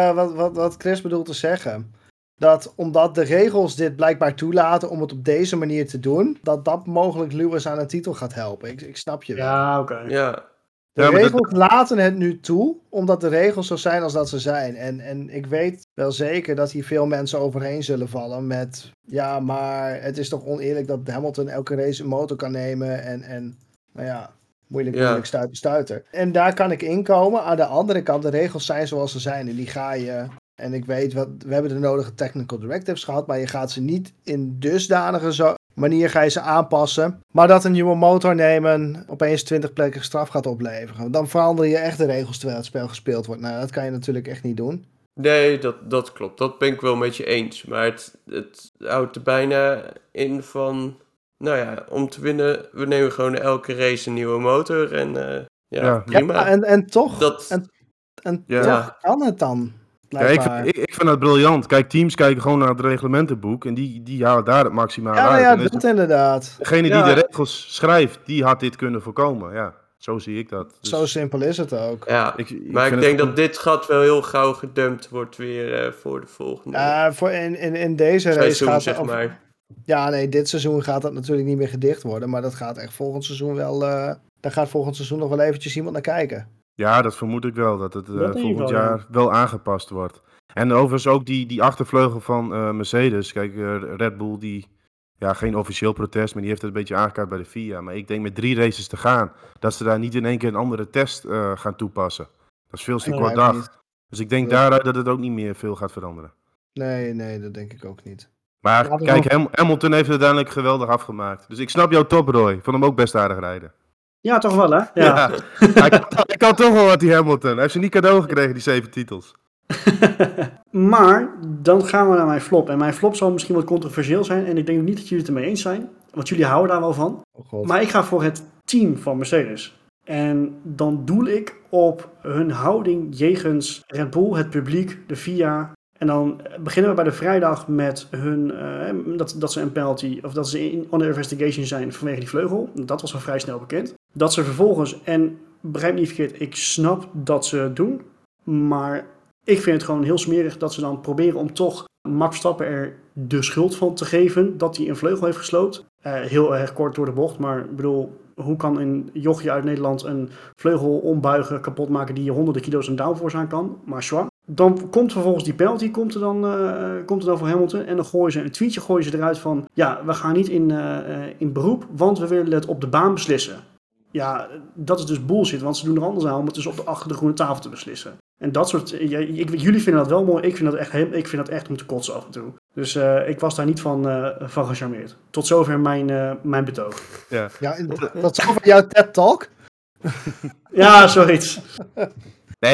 wat Chris bedoelt te zeggen. Dat omdat de regels dit blijkbaar toelaten om het op deze manier te doen, dat mogelijk Lewis aan de titel gaat helpen. Ik snap je wel. Ja, oké. Ja. De regels laten het nu toe, omdat de regels zo zijn als dat ze zijn. En ik weet wel zeker dat hier veel mensen overheen zullen vallen met... Ja, maar het is toch oneerlijk dat Hamilton elke race een motor kan nemen en moeilijk stuiter. En daar kan ik inkomen. Aan de andere kant, de regels zijn zoals ze zijn en die ga je... En ik weet, we hebben de nodige technical directives gehad, maar je gaat ze niet in dusdanige manier ga je ze aanpassen. Maar dat een nieuwe motor nemen opeens 20 plekken straf gaat opleveren. Dan verander je echt de regels terwijl het spel gespeeld wordt. Nou, dat kan je natuurlijk echt niet doen. Nee, dat klopt. Dat ben ik wel met je eens. Maar het houdt er bijna in van... om te winnen, we nemen gewoon elke race een nieuwe motor. En prima. Ja, en toch... Toch kan het dan. Ja, ik vind dat briljant. Kijk, teams kijken gewoon naar het reglementenboek en die halen daar het maximale uit. Ja, dat inderdaad. Degene die de regels schrijft, die had dit kunnen voorkomen. Ja, zo zie ik dat. Dus... Zo simpel is het ook. Ja, maar ik denk dat dit gat wel heel gauw gedumpt wordt weer voor de volgende. In deze race gaat zeg maar. Ja, nee, dit seizoen gaat dat natuurlijk niet meer gedicht worden, maar dat gaat echt volgend seizoen wel... daar gaat volgend seizoen nog wel eventjes iemand naar kijken. Ja, dat vermoed ik wel, dat het volgend jaar wel aangepast wordt. En overigens ook die achtervleugel van Mercedes. Kijk, Red Bull, geen officieel protest, maar die heeft het een beetje aangekaart bij de FIA. Maar ik denk met 3 races te gaan, dat ze daar niet in één keer een andere test gaan toepassen. Dat is veel te kort dag. Dus ik denk daaruit dat het ook niet meer veel gaat veranderen. Nee, dat denk ik ook niet. Maar kijk, Hamilton heeft het uiteindelijk geweldig afgemaakt. Dus ik snap jouw top, Roy. Ik vond hem ook best aardig rijden. Ja, toch wel, hè? Ja. Hij kan toch wel wat, die Hamilton. Hij heeft ze niet cadeau gekregen, die 7 titels. Maar dan gaan we naar mijn flop. En mijn flop zal misschien wat controversieel zijn. En ik denk niet dat jullie het ermee eens zijn. Want jullie houden daar wel van. Oh god. Maar ik ga voor het team van Mercedes. En dan doel ik op hun houding jegens Red Bull, het publiek, de FIA. En dan beginnen we bij de vrijdag met hun, dat ze een penalty, of dat ze under investigation zijn vanwege die vleugel. Dat was al vrij snel bekend. Dat ze vervolgens, en begrijp me niet verkeerd, ik snap dat ze het doen. Maar ik vind het gewoon heel smerig dat ze dan proberen om toch Max Verstappen er de schuld van te geven dat hij een vleugel heeft gesloopt. Heel erg kort door de bocht, maar ik bedoel, hoe kan een jochie uit Nederland een vleugel ombuigen, kapot maken die je honderden kilo's aan downforce aan kan? Maar zwaar. Dan komt vervolgens die penalty, komt er dan voor Hamilton. En dan gooien ze een tweetje eruit van, ja, we gaan niet in beroep, want we willen het op de baan beslissen. Ja, dat is dus bullshit, want ze doen er anders aan om het dus achter de groene tafel te beslissen. En dat soort, jullie vinden dat wel mooi, ik vind dat echt om te kotsen af en toe. Dus ik was daar niet van gecharmeerd. Tot zover mijn betoog. Ja. Ja, dat is over jouw TED-talk. Ja, zoiets. Nee,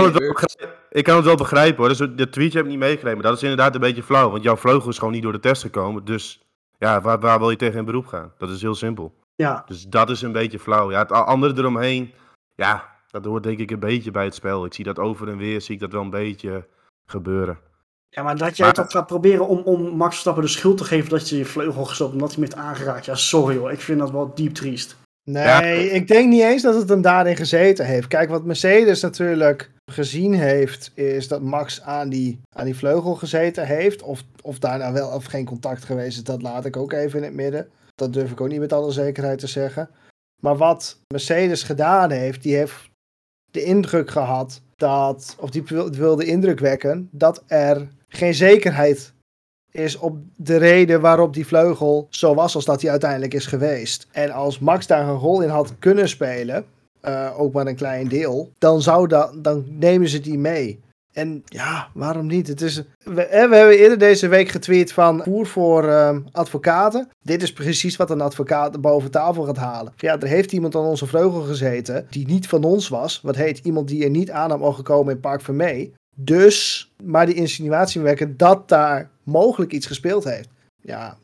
ik kan het wel begrijpen hoor. Dus de tweetje heb ik niet meegekregen. Maar dat is inderdaad een beetje flauw. Want jouw vleugel is gewoon niet door de test gekomen. Dus ja, waar wil je tegen in beroep gaan? Dat is heel simpel. Ja. Dus dat is een beetje flauw. Ja, het andere eromheen, ja, dat hoort denk ik een beetje bij het spel. Ik zie dat over en weer, zie ik dat wel een beetje gebeuren. Ja, maar dat jij toch gaat proberen om Max Verstappen de schuld te geven dat je vleugel gestopt omdat hij me heeft aangeraakt. Ja, sorry hoor, ik vind dat wel diep triest. Nee, ik denk niet eens dat het hem daarin gezeten heeft. Kijk, wat Mercedes natuurlijk gezien heeft, is dat Max aan die vleugel gezeten heeft. Of daar nou wel of geen contact geweest is, dat laat ik ook even in het midden. Dat durf ik ook niet met alle zekerheid te zeggen. Maar wat Mercedes gedaan heeft, die heeft de indruk gehad of die wilde indruk wekken dat er geen zekerheid is op de reden waarop die vleugel zo was als dat hij uiteindelijk is geweest. En als Max daar een rol in had kunnen spelen, ook maar een klein deel, dan nemen ze die mee. En ja, waarom niet? We hebben eerder deze week getweet van voer voor advocaten. Dit is precies wat een advocaat boven tafel gaat halen. Ja, er heeft iemand aan onze vleugel gezeten die niet van ons was. Wat heet iemand die er niet aan had mogen komen in Park Vermee. Dus, maar die insinuatie wekken dat daar mogelijk iets gespeeld heeft. Ja.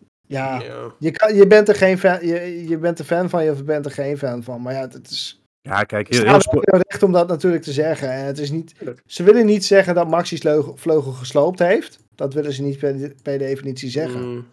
Je bent er geen fan, je bent er fan van, je bent er geen fan van. Maar ja, het is... Ja, kijk, heel recht om dat natuurlijk te zeggen. En het is niet, ze willen niet zeggen dat Maxi's vleugel gesloopt heeft. Dat willen ze niet per definitie zeggen.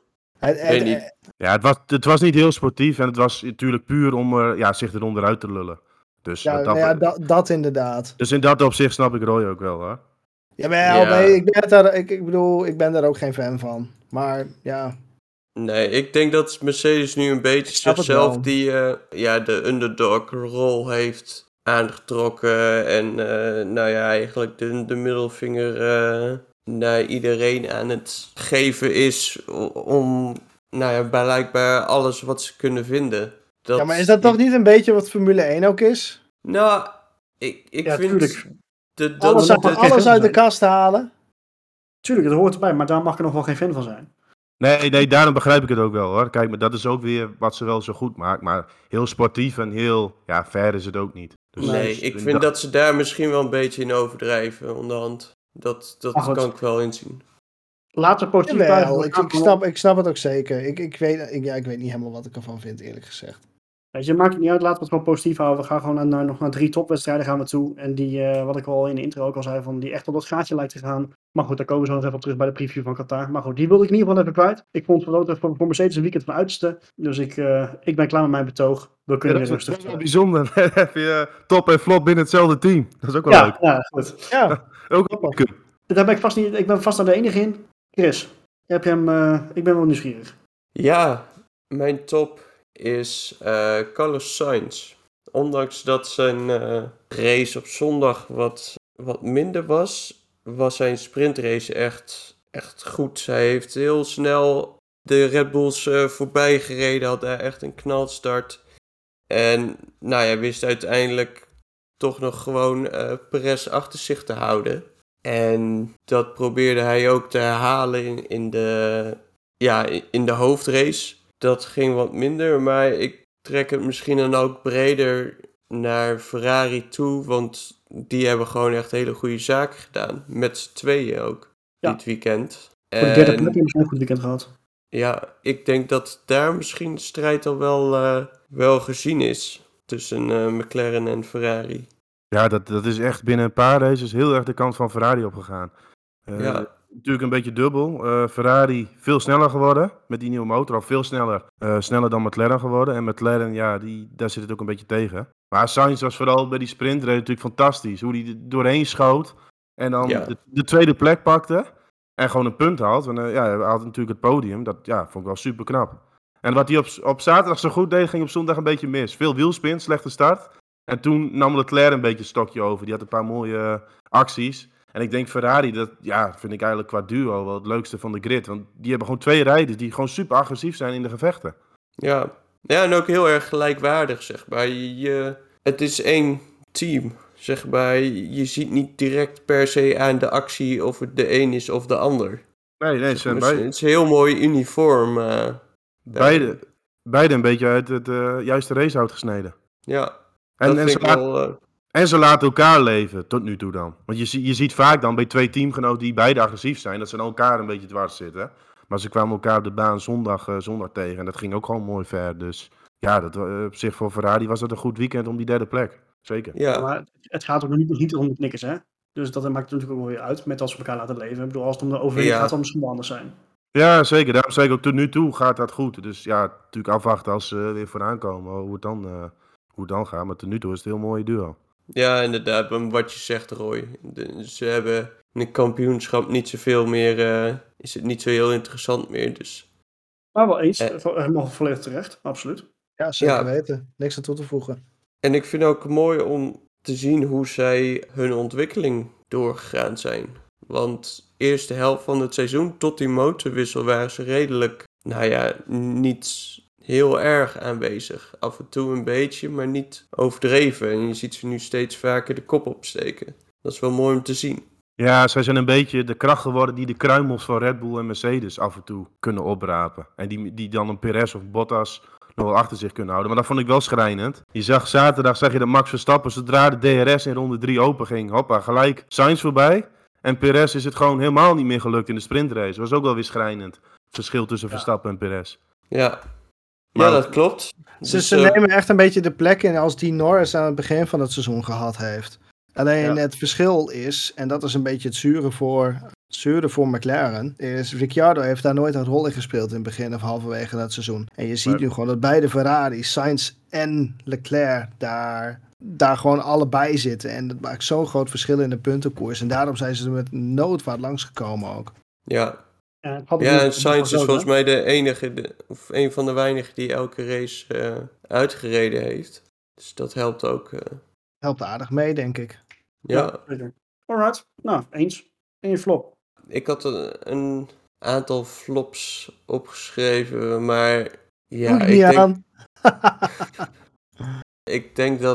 Ja, het was niet heel sportief en het was natuurlijk puur om zich eronder uit te lullen. Dus, dat inderdaad. Dus in dat opzicht snap ik Roy ook wel, hoor. Nee, ik ben daar ook geen fan van. Maar ja... Nee, ik denk dat Mercedes nu een beetje zichzelf de underdog-rol heeft aangetrokken. En eigenlijk de middelvinger naar iedereen aan het geven is om blijkbaar alles wat ze kunnen vinden. Maar is dat toch niet een beetje wat Formule 1 ook is? Nou, ik vind... Alles uit de kast halen? Tuurlijk, dat hoort erbij, maar daar mag ik nog wel geen fan van zijn. Nee, daarom begrijp ik het ook wel, hoor. Kijk, maar dat is ook weer wat ze wel zo goed maakt. Maar heel sportief en heel fair is het ook niet. Dus ik vind dat ze daar misschien wel een beetje in overdrijven onderhand. Dat kan ik wel inzien. Later positief ik snap het ook zeker. Ik weet niet helemaal wat ik ervan vind, eerlijk gezegd. Weet je, maakt het niet uit, laten we het gewoon positief houden. We gaan gewoon nog naar 3 topwedstrijden gaan we toe. En die, wat ik al in de intro ook al zei, van die echt op dat gaatje lijkt te gaan. Maar goed, daar komen we zo nog even op terug bij de preview van Qatar. Maar goed, die wilde ik in ieder geval even kwijt. Ik vond het voor Mercedes een weekend van uiterste. Dus ik ben klaar met mijn betoog. We kunnen weer rustig. Dat is wel bijzonder. Heb je top en flop binnen hetzelfde team. Dat is ook wel leuk. Ja, goed. Ja, ook leuk. Daar ben ik vast niet. Ik ben vast aan de enige in. Chris, heb je hem? Ik ben wel nieuwsgierig. Ja, mijn top is Carlos Sainz. Ondanks dat zijn race op zondag wat minder was zijn sprintrace echt goed. Hij heeft heel snel de Red Bulls voorbij gereden, had daar echt een knalstart. En hij wist uiteindelijk toch nog gewoon Perez achter zich te houden. En dat probeerde hij ook te herhalen in de hoofdrace. Dat ging wat minder, maar ik trek het misschien dan ook breder naar Ferrari toe, want die hebben gewoon echt hele goede zaken gedaan. Met z'n tweeën ook, dit weekend. Voor de derde plek hebben ze een goed weekend gehad. Ja, ik denk dat daar misschien de strijd al wel gezien is tussen McLaren en Ferrari. Ja, dat is echt binnen een paar races heel erg de kant van Ferrari opgegaan. Ja. Natuurlijk een beetje dubbel. Ferrari veel sneller geworden met die nieuwe motor. Al veel sneller. Sneller dan McLaren geworden. En McLaren, ja, daar zit het ook een beetje tegen. Maar Sainz was vooral bij die sprintrace natuurlijk fantastisch. Hoe hij er doorheen schoot. En dan Ja. de tweede plek pakte. En gewoon een punt had. Want hij had natuurlijk het podium. Dat vond ik wel super knap. En wat hij op zaterdag zo goed deed, ging op zondag een beetje mis. Veel wielspin, slechte start. En toen nam Leclerc een beetje het stokje over. Die had een paar mooie acties. En ik denk Ferrari, dat vind ik eigenlijk qua duo wel het leukste van de grid. Want die hebben gewoon 2 rijders die gewoon super agressief zijn in de gevechten. Ja, en ook heel erg gelijkwaardig, zeg maar. Het is één team, zeg maar. Je ziet niet direct per se aan de actie of het de een is of de ander. Nee, het zijn Het is heel mooi uniform. beide een beetje uit het juiste racehout gesneden. Ja, En, dat en, vind ze ik wel... en ze laten elkaar leven, tot nu toe dan. Want je ziet vaak dan bij 2 teamgenoten die beide agressief zijn, dat ze dan elkaar een beetje dwars zitten. Maar ze kwamen elkaar op de baan zondag tegen en dat ging ook gewoon mooi ver. Dus ja, op zich voor Ferrari was dat een goed weekend om die 3e plek. Zeker. Ja, Maar het gaat ook nog niet om de knikkers, hè? Dus dat maakt het natuurlijk ook wel weer uit, met als we elkaar laten leven. Ik bedoel, als het om de overwinning gaat, dan misschien wel anders zijn. Ja, zeker. Daarom zeg ik ook tot nu toe gaat dat goed. Dus ja, natuurlijk afwachten als ze weer vooraan komen hoe het dan gaat. Maar tot nu toe is het een heel mooi duo. ja, inderdaad. Maar wat je zegt, Roy. Ze hebben in het kampioenschap niet zoveel meer... is het niet zo heel interessant meer, dus... Maar wel eens, helemaal volledig terecht, absoluut. Ja, zeker Ja. weten. Niks aan toe te voegen. En ik vind ook mooi om te zien hoe zij hun ontwikkeling doorgegaan zijn. Want eerste helft van het seizoen tot die motorwissel waren ze redelijk, niet heel erg aanwezig. Af en toe een beetje, maar niet overdreven. En je ziet ze nu steeds vaker de kop opsteken. Dat is wel mooi om te zien. Ja, zij zijn een beetje de kracht geworden die de kruimels van Red Bull en Mercedes af en toe kunnen oprapen. En die dan een Perez of Bottas nog wel achter zich kunnen houden. Maar dat vond ik wel schrijnend. Zaterdag zag je dat Max Verstappen, zodra de DRS in ronde 3 open ging, hoppa, gelijk Sainz voorbij. En Perez is het gewoon helemaal niet meer gelukt in de sprintrace. Dat was ook wel weer schrijnend. Het verschil tussen Verstappen en Perez. Ja, Maar- dat klopt. Ze Dus, nemen echt een beetje de plek in als die Norris aan het begin van het seizoen gehad heeft. Alleen Ja. het verschil is, en dat is een beetje het zure voor McLaren, is Ricciardo heeft daar nooit een rol in gespeeld in het begin of halverwege dat seizoen. En je ziet Maar- nu gewoon dat beide Ferraris, Sainz en Leclerc, daar gewoon allebei zitten. En dat maakt zo'n groot verschil in de puntenkoers. En daarom zijn ze er met noodvaart langsgekomen ook. ja. Ja, En Sainz is volgens mij de enige, of een van de weinigen die elke race uitgereden heeft. Dus dat helpt ook. Helpt aardig mee, denk ik. Ja. Zeker. Alright, nou, eens. En je flop. Ik had een aantal flops opgeschreven, maar ja, Doe er niet aan. ik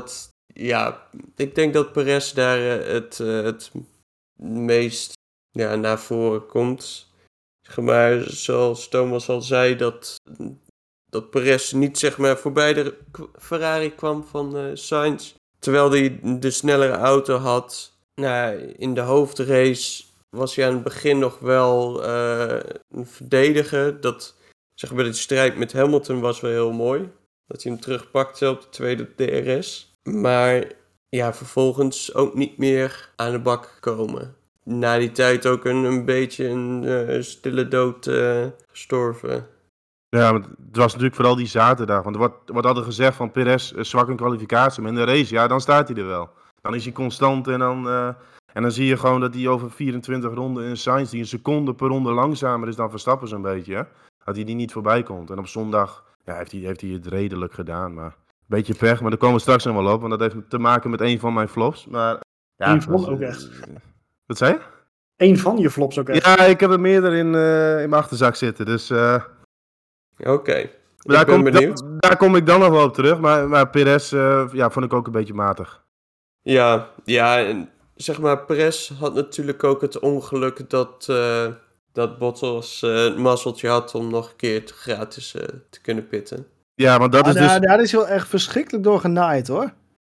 denk dat Perez daar het meest naar voren komt. Zeg maar, zoals Thomas al zei, dat Perez niet zeg maar voorbij de Ferrari kwam van Sainz. Terwijl hij de snellere auto had. Nou, in de hoofdrace was hij aan het begin nog wel een verdediger. Dat, zeg maar, de strijd met Hamilton was wel heel mooi. Dat hij hem terugpakte op de tweede DRS. Maar ja, vervolgens ook niet meer aan de bak gekomen. Na die tijd ook een beetje een stille dood gestorven. Ja, maar het was natuurlijk vooral die zaterdag. Want er wordt altijd gezegd van Perez zwak in kwalificatie. Maar in de race, ja, dan staat hij er wel. Dan is hij constant en dan zie je gewoon dat hij over 24 ronden in Sainz, die een seconde per ronde langzamer is dan Verstappen zo'n beetje, hè, dat hij die niet voorbij komt. En op zondag heeft hij het redelijk gedaan. Maar een beetje pech, maar daar komen we straks nog wel op. Want dat heeft te maken met een van mijn flops. Maar, ja, Eén van ook echt. Wat zei je? Eén van je flops ook echt. Ja, ik heb er meerdere in mijn achterzak zitten. Dus Oké, daar ben benieuwd. daar kom ik dan nog wel op terug. Maar Perez vond ik ook een beetje matig. Ja, en zeg maar, Perez had natuurlijk ook het ongeluk dat Bottas het mazzeltje had om nog een keer gratis te kunnen pitten. Ja, want dat is dus... Daar is wel echt verschrikkelijk door genaaid, hoor.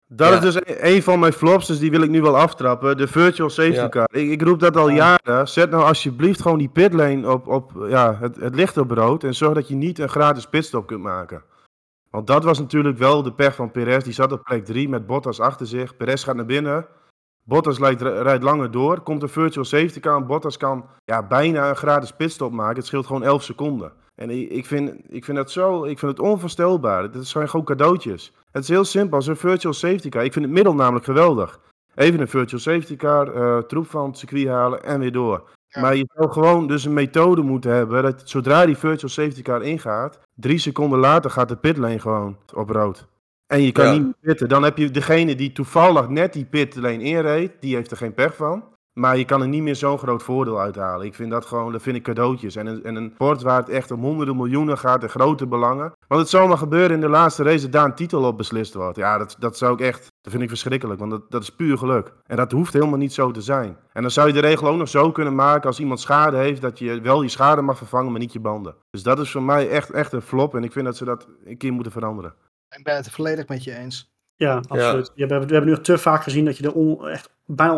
Dat Ja. is dus een van mijn flops, dus die wil ik nu wel aftrappen. De virtual safety Ja. car. Ik roep dat al Ja. jaren. Zet nou alsjeblieft gewoon die pitlane op het licht op rood. En zorg dat je niet een gratis pitstop kunt maken. Want dat was natuurlijk wel de pech van Perez. Die zat op plek 3 met Bottas achter zich. Perez gaat naar binnen. Bottas rijdt langer door. Komt een virtual safety car. Bottas kan bijna een gratis pitstop maken. Het scheelt gewoon 11 seconden. En ik vind dat zo. Ik vind het onvoorstelbaar. Het zijn gewoon cadeautjes. Het is heel simpel. Als een virtual safety car. Ik vind het middel namelijk geweldig. Even een virtual safety car. Troep van het circuit halen en weer door. Ja. Maar je zou gewoon dus een methode moeten hebben. Dat zodra die virtual safety car ingaat. 3 seconden later gaat de pitlane gewoon op rood. En je kan Ja. niet meer pitten. Dan heb je degene die toevallig net die pitlane inreed. Die heeft er geen pech van. Maar je kan er niet meer zo'n groot voordeel uithalen. Ik vind dat gewoon, dat vind ik cadeautjes. En een sport waar het echt om honderden miljoenen gaat en grote belangen. Want het zal maar gebeuren in de laatste race dat daar een titel op beslist wordt. Ja, dat zou ik echt, dat vind ik verschrikkelijk. Want dat is puur geluk. En dat hoeft helemaal niet zo te zijn. En dan zou je de regel ook nog zo kunnen maken als iemand schade heeft. Dat je wel je schade mag vervangen, maar niet je banden. Dus dat is voor mij echt een flop. En ik vind dat ze dat een keer moeten veranderen. Ik ben het volledig met je eens. Ja, absoluut. We hebben nu te vaak gezien dat je er echt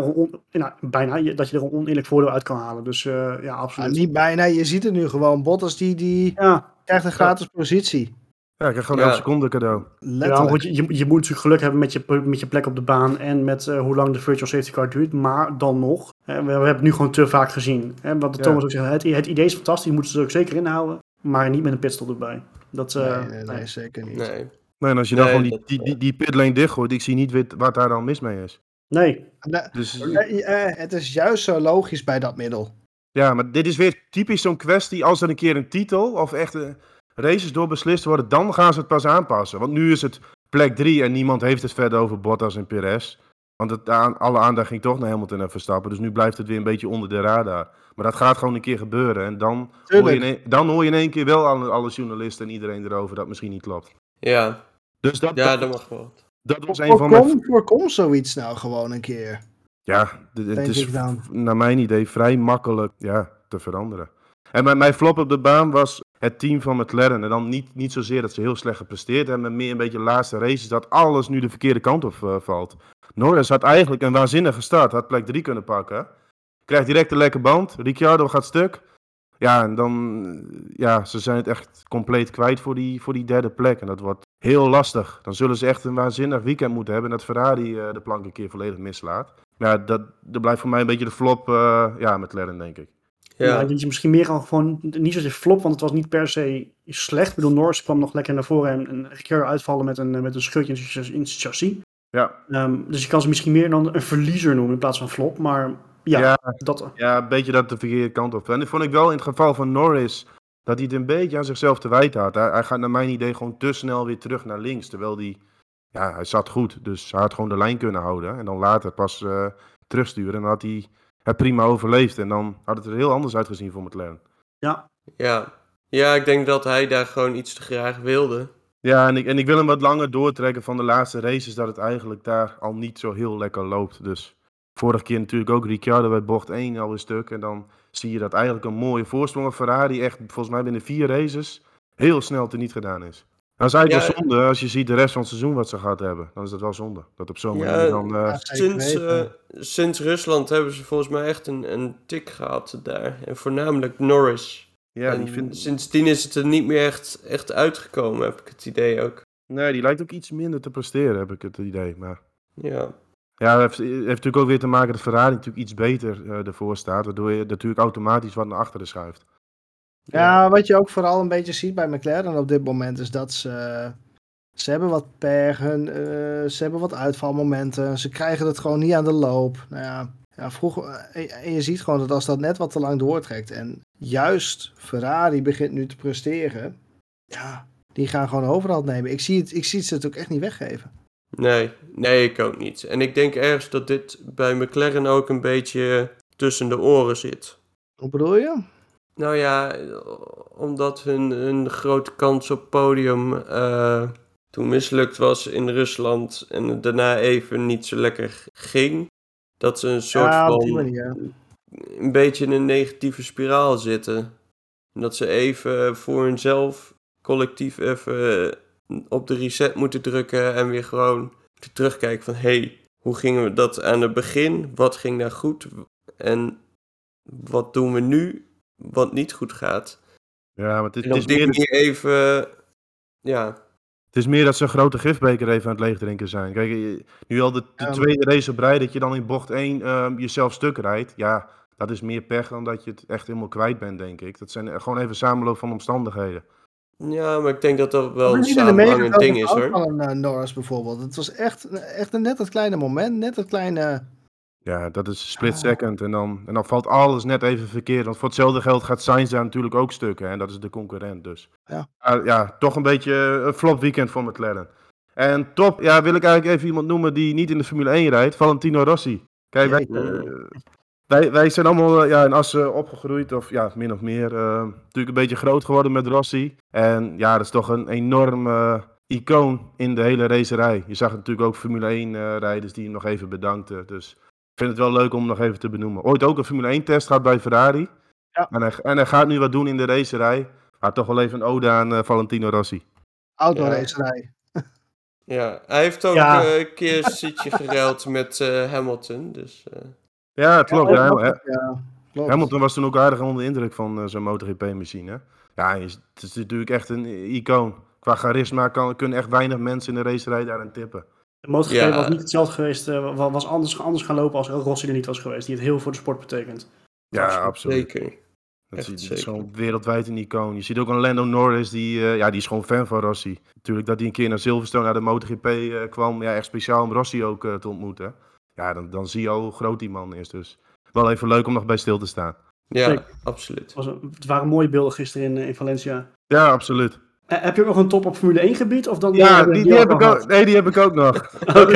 dat je er een oneerlijk voordeel uit kan halen. Dus ja, absoluut. Niet bijna, je ziet het nu gewoon. Bottas die Ja, krijgt een gratis positie. Ja, ik krijg gewoon Ja. 11 seconden cadeau. ja, Letterlijk. goed, je moet natuurlijk geluk hebben met je plek op de baan en met hoe lang de virtual safety car duurt. Maar dan nog, we hebben het nu gewoon te vaak gezien. Wat Ja. Thomas ook zegt, het idee is fantastisch, moeten ze er ook zeker inhouden. Maar niet met een pitstop erbij. Dat, Nee, zeker niet. Nee. Nee, en als je dan Nee, gewoon dat- die pitlane dichtgooit, ik zie niet wat daar dan mis mee is. Nee. Dus Het is juist zo logisch bij dat middel. ja, maar dit is weer typisch zo'n kwestie. Als er een keer een titel of echt races door beslist worden, dan gaan ze het pas aanpassen. Want nu is het plek 3 en niemand heeft het verder over Bottas en Perez. Want alle aandacht ging toch naar Hamilton en Verstappen. Dus nu blijft het weer een beetje onder de radar. Maar dat gaat gewoon een keer gebeuren. En dan hoor je in één keer wel alle journalisten en iedereen erover dat het misschien niet klopt. Ja, Dus dat dat mag wel. was een van mijn... Voorkom zoiets nou gewoon een keer. Ja, het Denk is ik dan. naar mijn idee vrij makkelijk te veranderen. En mijn flop op de baan was het team van McLaren. En dan niet zozeer dat ze heel slecht gepresteerd hebben, maar meer een beetje de laatste races dat alles nu de verkeerde kant op valt. Norris had eigenlijk een waanzinnige start, had plek 3 kunnen pakken. Krijgt direct een lekke band, Ricciardo gaat stuk. Ja, en dan, ze zijn het echt compleet kwijt voor die derde plek. En dat wordt heel lastig. Dan zullen ze echt een waanzinnig weekend moeten hebben en dat Ferrari de plank een keer volledig mislaat. Ja, dat blijft voor mij een beetje de flop, McLaren, denk ik. Ja, ik denk je misschien meer gewoon niet zozeer flop, want het was niet per se slecht. Ik bedoel, Norris kwam nog lekker naar voren en Ricciardo uitvallen met een scheurtje in zijn chassis. Ja. Dus je kan ze misschien meer dan een verliezer noemen in plaats van flop. Maar dat... Ja, een beetje dat de verkeerde kant op. En dat vond ik wel in het geval van Norris, dat hij het een beetje aan zichzelf te wijten had. Hij gaat naar mijn idee gewoon te snel weer terug naar links. Terwijl hij zat goed. Dus hij had gewoon de lijn kunnen houden. En dan later pas terugsturen. En dan had hij het prima overleefd. En dan had het er heel anders uitgezien voor McLaren. Ja, ik denk dat hij daar gewoon iets te graag wilde. Ja, en ik wil hem wat langer doortrekken van de laatste races. Dat het eigenlijk daar al niet zo heel lekker loopt. Dus vorige keer natuurlijk ook Ricciardo bij bocht 1 al een stuk. En dan zie je dat eigenlijk een mooie voorsprong op Ferrari echt volgens mij binnen 4 races heel snel teniet gedaan is. Dat is eigenlijk wel zonde als je ziet de rest van het seizoen wat ze gehad hebben. Dan is dat wel zonde. Dat op zo'n manier dan... Sinds Rusland hebben ze volgens mij echt een tik gehad daar. En voornamelijk Norris. Ja, sindsdien is het er niet meer echt uitgekomen, heb ik het idee ook. Nee, die lijkt ook iets minder te presteren, heb ik het idee. Maar... Ja. Ja, het heeft natuurlijk ook weer te maken dat Ferrari natuurlijk iets beter ervoor staat. Waardoor je natuurlijk automatisch wat naar achteren schuift. Ja, wat je ook vooral een beetje ziet bij McLaren op dit moment is dat ze hebben wat pergen, ze hebben wat uitvalmomenten. Ze krijgen het gewoon niet aan de loop. Nou ja, vroeger, en je ziet gewoon dat als dat net wat te lang doortrekt en juist Ferrari begint nu te presteren, ja, die gaan gewoon overhand nemen. Ik zie ze het ook echt niet weggeven. Nee, ik ook niet. En ik denk ergens dat dit bij McLaren ook een beetje tussen de oren zit. Hoe bedoel je? Nou ja, omdat hun grote kans op podium toen mislukt was in Rusland en het daarna even niet zo lekker ging. Dat ze een soort op die van manier. een beetje in een negatieve spiraal zitten. En dat ze even voor hunzelf collectief even op de reset moeten drukken en weer gewoon terugkijken van... hoe gingen we dat aan het begin? Wat ging daar goed? En wat doen we nu wat niet goed gaat? Ja, maar En op die manier even... Ja, het is meer dat ze een grote gifbeker even aan het leegdrinken zijn. Kijk, nu al de tweede race op rij, dat je dan in bocht 1 jezelf stuk rijdt. Ja, dat is meer pech dan dat je het echt helemaal kwijt bent, denk ik. Dat zijn gewoon even samenloop van omstandigheden. ja, maar ik denk dat dat wel een Niet in de samenhangend ding is, megafout hoor. van Norris bijvoorbeeld. Het was echt net dat kleine moment, net dat kleine... Ja, dat is split second. En dan valt alles net even verkeerd. Want voor hetzelfde geld gaat Sainz daar natuurlijk ook stukken. En dat is de concurrent dus. Ja. Toch een beetje een flop weekend voor McLaren. En top, wil ik eigenlijk even iemand noemen die niet in de Formule 1 rijdt. Valentino Rossi. Kijk, wij zijn allemaal in Assen opgegroeid. Of min of meer. Natuurlijk een beetje groot geworden met Rossi. En ja, dat is toch een enorm icoon in de hele racerij. Je zag natuurlijk ook Formule 1 rijders die hem nog even bedankten. Dus... Ik vind het wel leuk om hem nog even te benoemen. Ooit ook een Formule 1 test gehad bij Ferrari. Ja. En hij gaat nu wat doen in de racerij. Maar toch wel even een ode aan Valentino Rossi. Autoracerij. Ja, hij heeft ook Ja. een keer een zitje geruild met Hamilton. Dus, Ja, klopt. Klopt. Hamilton was toen ook aardig onder de indruk van zo'n MotoGP-machine. Ja, het is natuurlijk echt een icoon. Qua charisma kunnen echt weinig mensen in de racerij daarin tippen. De MotoGP Ja. was niet hetzelfde geweest, was anders gaan lopen als Rossi er niet was geweest. Die het heel voor de sport betekent. Ja, absoluut. zeker. Dat Echt is zeker. gewoon wereldwijd een icoon. Je ziet ook een Lando Norris, die is gewoon fan van Rossi. Natuurlijk dat hij een keer naar Silverstone, naar de MotoGP kwam. Ja, echt speciaal om Rossi ook te ontmoeten. Ja, dan zie je al hoe groot die man is. Dus wel even leuk om nog bij stil te staan. Ja, Zeker. absoluut. Het waren mooie beelden gisteren in Valencia. Ja, absoluut. Heb je ook nog een top op Formule 1 gebied? Of dan Ja, die heb ik ook nog. Oké.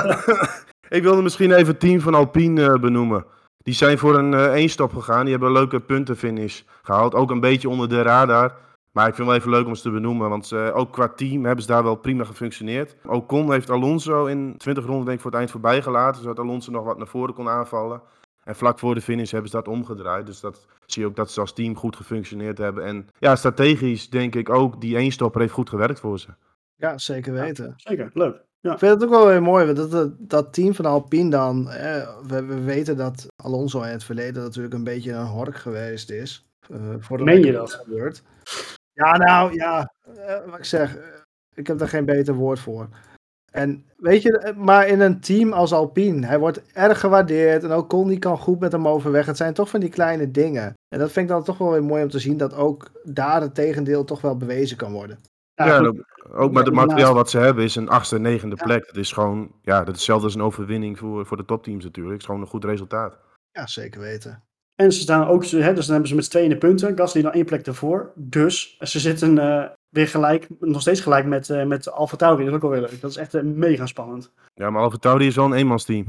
Ik wilde misschien even het team van Alpine benoemen. Die zijn voor een eenstop gegaan. Die hebben een leuke puntenfinish gehaald. Ook een beetje onder de radar. Maar ik vind het wel even leuk om ze te benoemen. Want ook qua team hebben ze daar wel prima gefunctioneerd. Ocon heeft Alonso in 20 ronden denk ik voor het eind voorbij gelaten. Zodat Alonso nog wat naar voren kon aanvallen. En vlak voor de finish hebben ze dat omgedraaid. Dus dat zie je ook dat ze als team goed gefunctioneerd hebben. En ja, strategisch denk ik ook, die eenstopper heeft goed gewerkt voor ze. Ja, zeker weten. Zeker, leuk. Ja. Ik vind het ook wel weer mooi, want dat team van Alpine dan... we weten dat Alonso in het verleden natuurlijk een beetje een hork geweest is. Meen je dat? Gebeurt. Ja, nou ja, wat ik zeg, ik heb daar geen beter woord voor. En weet je, maar in een team als Alpine, hij wordt erg gewaardeerd en ook Ocon kan goed met hem overweg. Het zijn toch van die kleine dingen. En dat vind ik dan toch wel weer mooi om te zien dat ook daar het tegendeel toch wel bewezen kan worden. Ja, en ook met het materiaal naast- wat ze hebben is een 8e, 9e plek. Dat is gewoon, dat is hetzelfde als een overwinning voor de topteams natuurlijk. Het is gewoon een goed resultaat. Ja, zeker weten. En ze staan ook, dus dan hebben ze met z'n tweeën de punten. Gasly dan 1 plek ervoor. Dus ze zitten weer gelijk, nog steeds gelijk met AlphaTauri. Dat is ook wel weer leuk. Dat is echt mega spannend. Ja, maar AlphaTauri is wel een eenmansteam.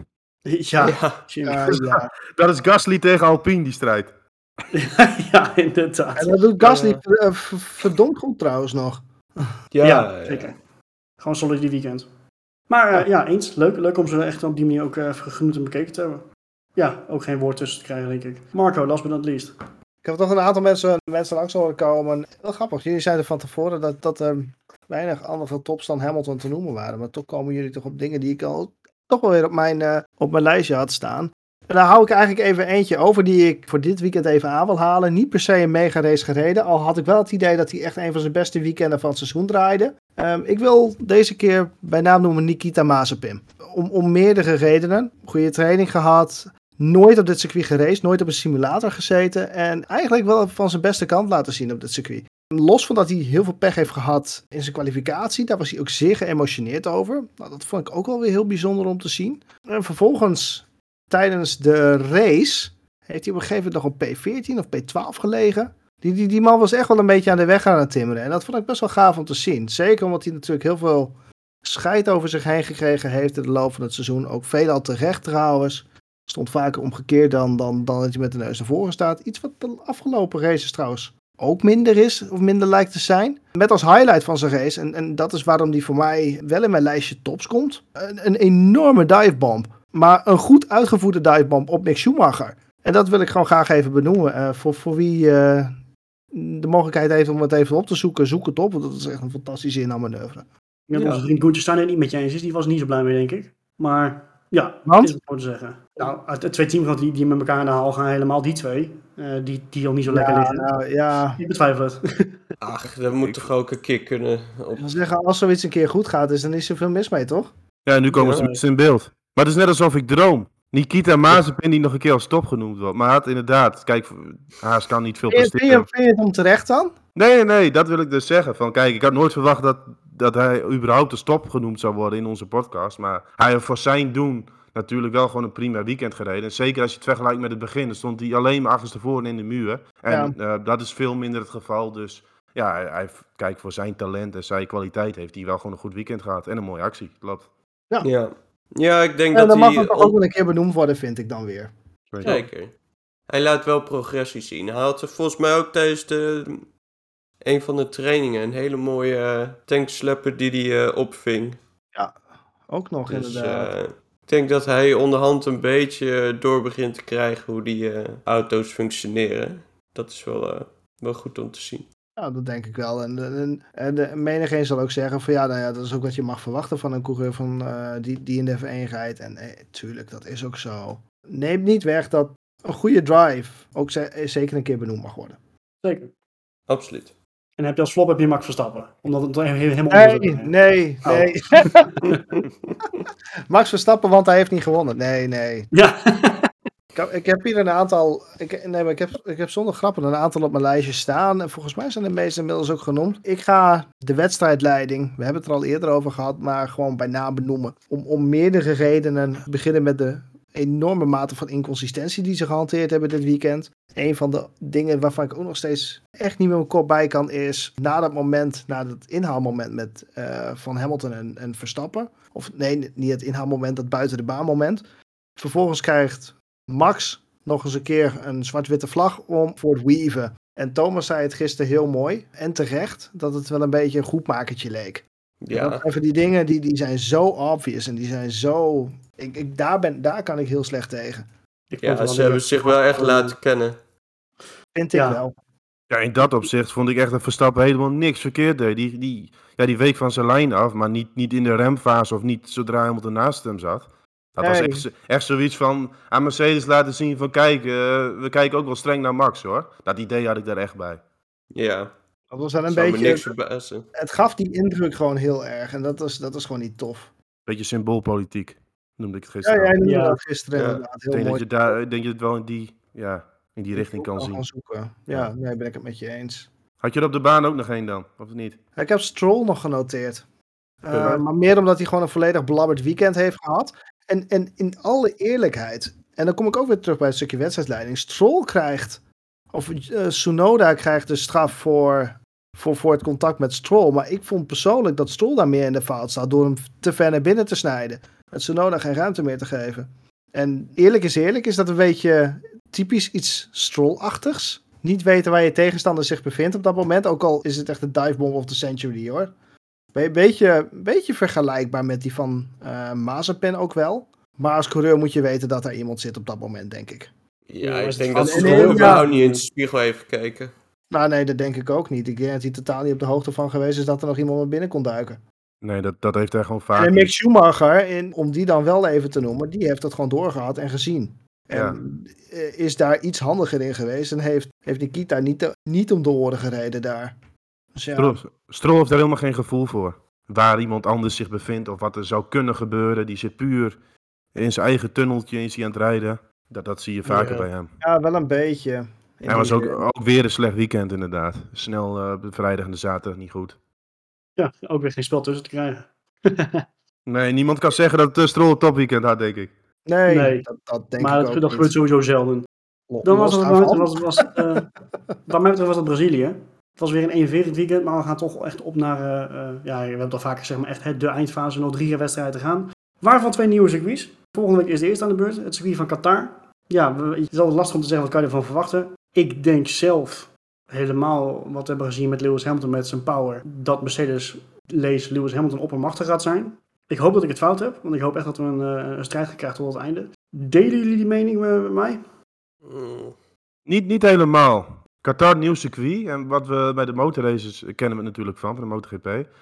Ja, Ja. Jimmy. Ja. Dat is Gasly tegen Alpine, die strijd. Ja, inderdaad. En dat doet Gasly verdomd goed trouwens nog. Ja, zeker. Gewoon solid die weekend. Maar eens. Leuk om ze echt op die manier ook genoemd en bekeken te hebben. Ja, ook geen woord tussen te krijgen, denk ik. Marco, last but not least. Ik heb toch een aantal mensen langs horen komen. Wel grappig, jullie zeiden van tevoren dat er weinig andere tops dan Hamilton te noemen waren. Maar toch komen jullie toch op dingen die ik al toch wel weer op mijn lijstje had staan. En daar hou ik eigenlijk even eentje over die ik voor dit weekend even aan wil halen. Niet per se een mega race gereden. Al had ik wel het idee dat hij echt een van zijn beste weekenden van het seizoen draaide. Ik wil deze keer bij naam noemen Nikita Mazepin. Om meerdere redenen. Goede training gehad. Nooit op dit circuit geraced. Nooit op een simulator gezeten. En eigenlijk wel van zijn beste kant laten zien op dit circuit. Los van dat hij heel veel pech heeft gehad in zijn kwalificatie. Daar was hij ook zeer geëmotioneerd over. Nou, dat vond ik ook wel weer heel bijzonder om te zien. En vervolgens, tijdens de race, heeft hij op een gegeven moment nog op P14 of P12 gelegen. Die man was echt wel een beetje aan de weg aan het timmeren. En dat vond ik best wel gaaf om te zien. Zeker omdat hij natuurlijk heel veel scheid over zich heen gekregen heeft in de loop van het seizoen. Ook veelal terecht trouwens. Stond vaker omgekeerd dan dat hij met de neus naar voren staat. Iets wat de afgelopen races trouwens ook minder is, of minder lijkt te zijn. Met als highlight van zijn race, en dat is waarom die voor mij wel in mijn lijstje tops komt, een enorme divebomb. Maar een goed uitgevoerde divebomb op Mick Schumacher. En dat wil ik gewoon graag even benoemen. Voor wie de mogelijkheid heeft om het even op te zoeken, zoek het op. Want dat is echt een fantastische inhaalmanoeuvre. Ja, Ja. onze vriend Gunther Steiner het niet met je eens is. Die was er niet zo blij mee, denk ik. Maar ja, Want? is het voor te zeggen. Nou, uit de 2 teams die met elkaar in de haal gaan, helemaal die 2. Die al niet zo lekker Ja, liggen. nou, ja. Ik betwijfel het. Ach, dat moet toch ook een keer kunnen. Ik wil zeggen, als zoiets een keer goed gaat, is er niet zoveel mis mee, toch? Ja, nu komen Ja. ze met in beeld. Maar het is net alsof ik droom. Nikita Mazepin die nog een keer als top genoemd wordt. Maar had inderdaad, kijk, Haas kan niet veel Vind presteren. je het om terecht dan? Nee, dat wil ik dus zeggen. Van, kijk, ik had nooit verwacht dat hij überhaupt de stop genoemd zou worden in onze podcast. Maar hij heeft voor zijn doen natuurlijk wel gewoon een prima weekend gereden. En zeker als je het vergelijkt met het begin, dan stond hij alleen maar achterstevoren in de muur. En dat is veel minder het geval. Dus ja, kijk, voor zijn talent en zijn kwaliteit heeft hij wel gewoon een goed weekend gehad. En een mooie actie, klopt. Ja, ik denk En dat dan mag hij... het toch ook wel een keer benoemd worden, vind ik dan weer. Zeker. Hij laat wel progressie zien. Hij had er volgens mij ook tijdens een van de trainingen een hele mooie tankslepper die hij opving. Ook nog Dus inderdaad. ik denk dat hij onderhand een beetje door begint te krijgen hoe die auto's functioneren. Dat is wel goed om te zien. Ja, dat denk ik wel. En de menigeen zal ook zeggen van ja, nou ja, dat is ook wat je mag verwachten van een coureur van, die in de F1 rijdt. En tuurlijk, dat is ook zo. Neemt niet weg dat een goede drive ook zeker een keer benoemd mag worden. Zeker. Absoluut. En heb je als flop heb je Max Verstappen. Omdat het helemaal anders is. Nee. Oh. Max Verstappen, want hij heeft niet gewonnen. Nee. Ja. Ik heb hier een aantal. Ik heb zonder grappen een aantal op mijn lijstje staan. En volgens mij zijn de meeste inmiddels ook genoemd. Ik ga de wedstrijdleiding, we hebben het er al eerder over gehad, maar gewoon bij naam benoemen. Om meerdere redenen. Beginnen met de enorme mate van inconsistentie die ze gehanteerd hebben dit weekend. Een van de dingen waarvan ik ook nog steeds echt niet met mijn kop bij kan, is na dat inhaalmoment met Van Hamilton en Verstappen. Of nee, niet het inhaalmoment, dat buiten de baan moment. Vervolgens krijgt Max nog eens een keer een zwart-witte vlag om voor het weaven. En Thomas zei het gisteren heel mooi en terecht dat het wel een beetje een goedmakertje leek. Ja. Dat even die dingen die zijn zo obvious en die zijn zo... Daar kan ik heel slecht tegen. Ja, ze hebben zich wel echt laten kennen. Vind ik Ja. wel. Ja, in dat opzicht vond ik echt dat Verstappen helemaal niks verkeerd deed. Die week van zijn lijn af, maar niet in de remfase of niet zodra Hamilton naast hem zat. Dat was echt zoiets van aan Mercedes laten zien van kijk, we kijken ook wel streng naar Max hoor. Dat idee had ik daar echt bij. Ja, Dat was wel een zou me niks beetje... verbazen. Het gaf die indruk gewoon heel erg. En dat is gewoon niet tof. Beetje symboolpolitiek, noemde ik het Ja, gisteren. jij noemde Ja. dat gisteren Ja. inderdaad. Ik Heel mooi. denk dat je het wel in die richting kan zien. Gaan zoeken. Ja, nee, ben ik het met je eens. Had je er op de baan ook nog één dan, of niet? Ik heb Stroll nog genoteerd. Ja. Maar meer omdat hij gewoon een volledig belabberd weekend heeft gehad. En in alle eerlijkheid, en dan kom ik ook weer terug bij het stukje wedstrijdleiding. Stroll krijgt, of Tsunoda krijgt de straf voor het contact met Stroll. Maar ik vond persoonlijk dat Stroll daar meer in de fout staat door hem te ver naar binnen te snijden. Met Tsunoda geen ruimte meer te geven. En eerlijk is dat een beetje typisch iets Stroll-achtigs. Niet weten waar je tegenstander zich bevindt op dat moment. Ook al is het echt de divebomb of the century hoor. Beetje vergelijkbaar met die van Mazepin ook wel. Maar als coureur moet je weten dat er iemand zit op dat moment, denk ik. Ja, Ja, ik denk het dat gaat ze om- er überhaupt niet in de spiegel heeft gekeken. Nou nee, dat denk ik ook niet. Ik denk dat hij totaal niet op de hoogte van geweest is dat er nog iemand naar binnen kon duiken. Nee, dat heeft hij gewoon En vaak. Mick Schumacher, om die dan wel even te noemen, die heeft dat gewoon doorgehad en gezien. En is daar iets handiger in geweest en heeft Nikita niet om de oren gereden daar. Dus ja, Stroll heeft daar helemaal geen gevoel voor. Waar iemand anders zich bevindt of wat er zou kunnen gebeuren. Die zit puur in zijn eigen tunneltje is hij aan het rijden. Dat zie je vaker Ja. bij hem. ja, wel een beetje. Hij was ook weer een slecht weekend inderdaad. Snel op de vrijdag en de zaterdag niet goed. Ja, ook weer geen spel tussen te krijgen. Nee, niemand kan zeggen dat Stroll een topweekend had, denk ik. Nee, dat denk Maar ik ook dat niet. gebeurt sowieso zelden. Dan was Los het, daarvan. wat mij betreft was het Brazilië. Het was weer een eenverig weekend, maar we gaan toch echt op naar, we hebben het al vaker zeg maar echt de eindfase, nog 3 wedstrijden te gaan. Waarvan 2 nieuwe circuits. Volgende week is de eerste aan de beurt, het circuit van Qatar. Ja, het is altijd lastig om te zeggen, wat kan je ervan verwachten? Ik denk zelf, helemaal wat we hebben gezien met Lewis Hamilton met zijn power, dat Mercedes Lewis Hamilton oppermachtig gaat zijn. Ik hoop dat ik het fout heb, want ik hoop echt dat we een strijd gaan krijgen tot het einde. Delen jullie die mening met mij? Mm. Niet helemaal. Qatar, nieuw circuit. En wat we bij de motorraces kennen we het natuurlijk van de MotoGP.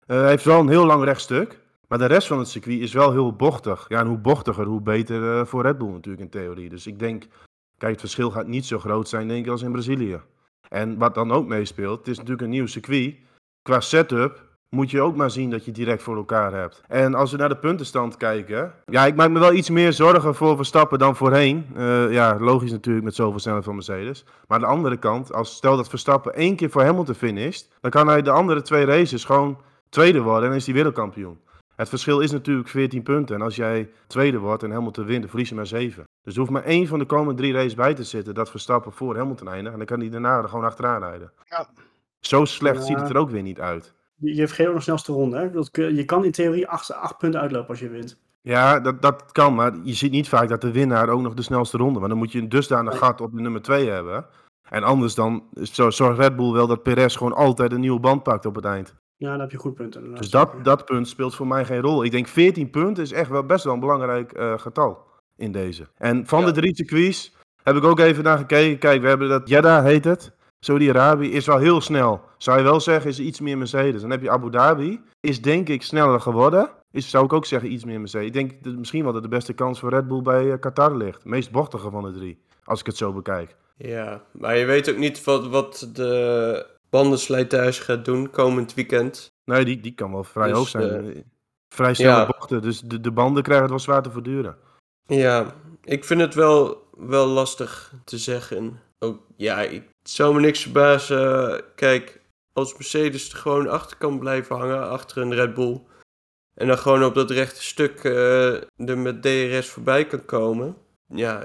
Hij heeft wel een heel lang rechtstuk. Maar de rest van het circuit is wel heel bochtig. Ja, en hoe bochtiger, hoe beter voor Red Bull natuurlijk in theorie. Dus ik denk, kijk, het verschil gaat niet zo groot zijn, denk ik, als in Brazilië. En wat dan ook meespeelt, het is natuurlijk een nieuw circuit. Qua setup moet je ook maar zien dat je het direct voor elkaar hebt. En als we naar de puntenstand kijken, ja, ik maak me wel iets meer zorgen voor Verstappen dan voorheen. Ja, logisch natuurlijk met zoveel snelheid van Mercedes. Maar aan de andere kant, stel dat Verstappen 1 keer voor Hamilton finisht, dan kan hij de andere 2 races gewoon tweede worden en dan is hij wereldkampioen. Het verschil is natuurlijk 14 punten. En als jij tweede wordt en Hamilton wint, dan verlies je maar 7. Dus er hoeft maar 1 van de komende 3 races bij te zitten dat Verstappen voor Hamilton eindigt. En dan kan hij daarna er gewoon achteraan rijden. Ja. Zo slecht Ja. ziet het er ook weer niet uit. Je vergeet ook nog snelste ronde. Hè? Je kan in theorie 8 punten uitlopen als je wint. Ja, dat kan, maar je ziet niet vaak dat de winnaar ook nog de snelste ronde. Want dan moet je een dusdanig gat op de nummer 2 hebben. En anders dan zorgt Red Bull wel dat Perez gewoon altijd een nieuwe band pakt op het eind. Ja, dan heb je goed punten. Dus dat punt speelt voor mij geen rol. Ik denk 14 punten is echt wel best wel een belangrijk getal in deze. En van de 3 circuits heb ik ook even naar gekeken. Kijk, we hebben dat Jeddah heet het. Saudi-Arabië is wel heel snel. Zou je wel zeggen, is iets meer Mercedes. Dan heb je Abu Dhabi. Is denk ik sneller geworden. Zou ik ook zeggen, iets meer Mercedes. Ik denk misschien wel dat de beste kans voor Red Bull bij Qatar ligt. De meest bochtige van de 3. Als ik het zo bekijk. Ja, maar je weet ook niet wat de bandenslijtage gaat doen komend weekend. Nee, die kan wel vrij Dus, hoog zijn. Vrij snelle bochten. Dus de banden krijgen het wel zwaar te verduren. Ja, ik vind het wel lastig te zeggen. Ook, ja, het zou me niks verbazen. Kijk, als Mercedes er gewoon achter kan blijven hangen, achter een Red Bull. En dan gewoon op dat rechte stuk er met DRS voorbij kan komen. Ja,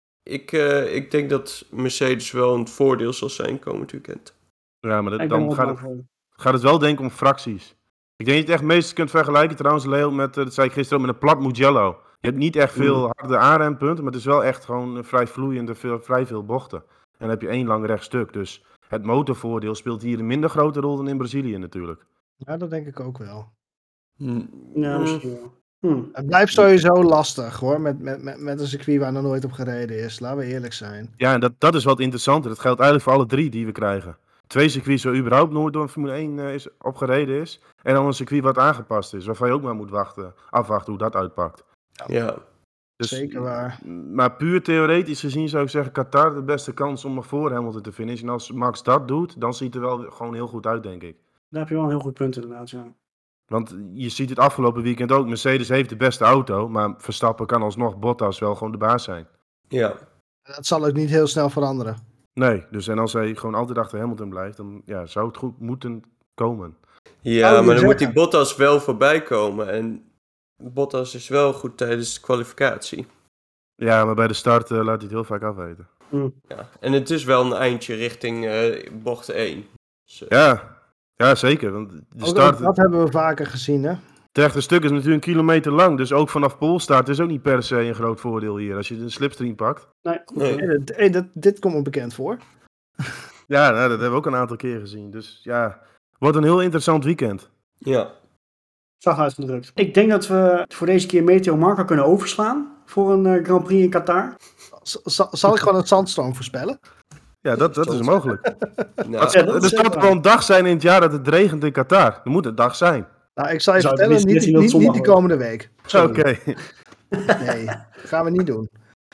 ik denk dat Mercedes wel een voordeel zal zijn komend weekend. Ja, maar Ik ben dan wel gaat bang het, voor. gaat het wel denk ik om fracties. Ik denk dat je het echt meestal kunt vergelijken trouwens, Leo, met, dat zei ik gisteren ook, met een plat Mugello. Je hebt niet echt veel harde aanrempunten, maar het is wel echt gewoon vrij vloeiend en vrij veel bochten. En dan heb je 1 lang rechtstuk. Dus het motorvoordeel speelt hier een minder grote rol dan in Brazilië natuurlijk. Ja, dat denk ik ook wel. Ja, misschien wel. Het blijft sowieso lastig hoor, met een circuit waar nog nooit op gereden is. Laten we eerlijk zijn. Ja, en dat is wat interessanter. Dat geldt eigenlijk voor alle 3 die we krijgen. 2 circuits waar überhaupt nooit door een Formule 1 opgereden is. En dan een circuit wat aangepast is, waarvan je ook maar moet afwachten hoe dat uitpakt. Ja. Dus, Zeker waar. Maar puur theoretisch gezien zou ik zeggen, Qatar de beste kans om nog voor Hamilton te finishen. En als Max dat doet, dan ziet het er wel gewoon heel goed uit, denk ik. Daar heb je wel een heel goed punt inderdaad, ja. Want je ziet het afgelopen weekend ook. Mercedes heeft de beste auto, maar Verstappen kan alsnog Bottas wel gewoon de baas zijn. Ja. Dat zal ook niet heel snel veranderen. Nee, dus en als hij gewoon altijd achter Hamilton blijft, dan zou het goed moeten komen. Ja, maar dan moet die Bottas wel voorbij komen. En Bottas is wel goed tijdens de kwalificatie. Ja, maar bij de start laat hij het heel vaak afweten. Ja. En het is wel een eindje richting bocht 1. Dus, Ja, zeker. Want de Ook start, dat hebben we vaker gezien, hè? het rechte stuk is natuurlijk 1 kilometer lang. Dus ook vanaf poolstart is ook niet per se een groot voordeel hier. Als je een slipstream pakt. Nee, Nee. Dit komt me bekend voor. Ja, dat hebben we ook een aantal keer gezien. Dus ja, wordt een heel interessant weekend. ja. zacht uitgedrukt. Ik denk dat we voor deze keer Meteo Marco kunnen overslaan voor een Grand Prix in Qatar. Zal ik gewoon een zandstorm voorspellen? Ja, dat is mogelijk. Nou, Er zal wel een dag zijn in het jaar dat het regent in Qatar. Er moet een dag zijn. Nou, ik zal je Zou vertellen, het niet dat niet zondag die wordt? komende week. Oké. Nee, gaan we niet doen.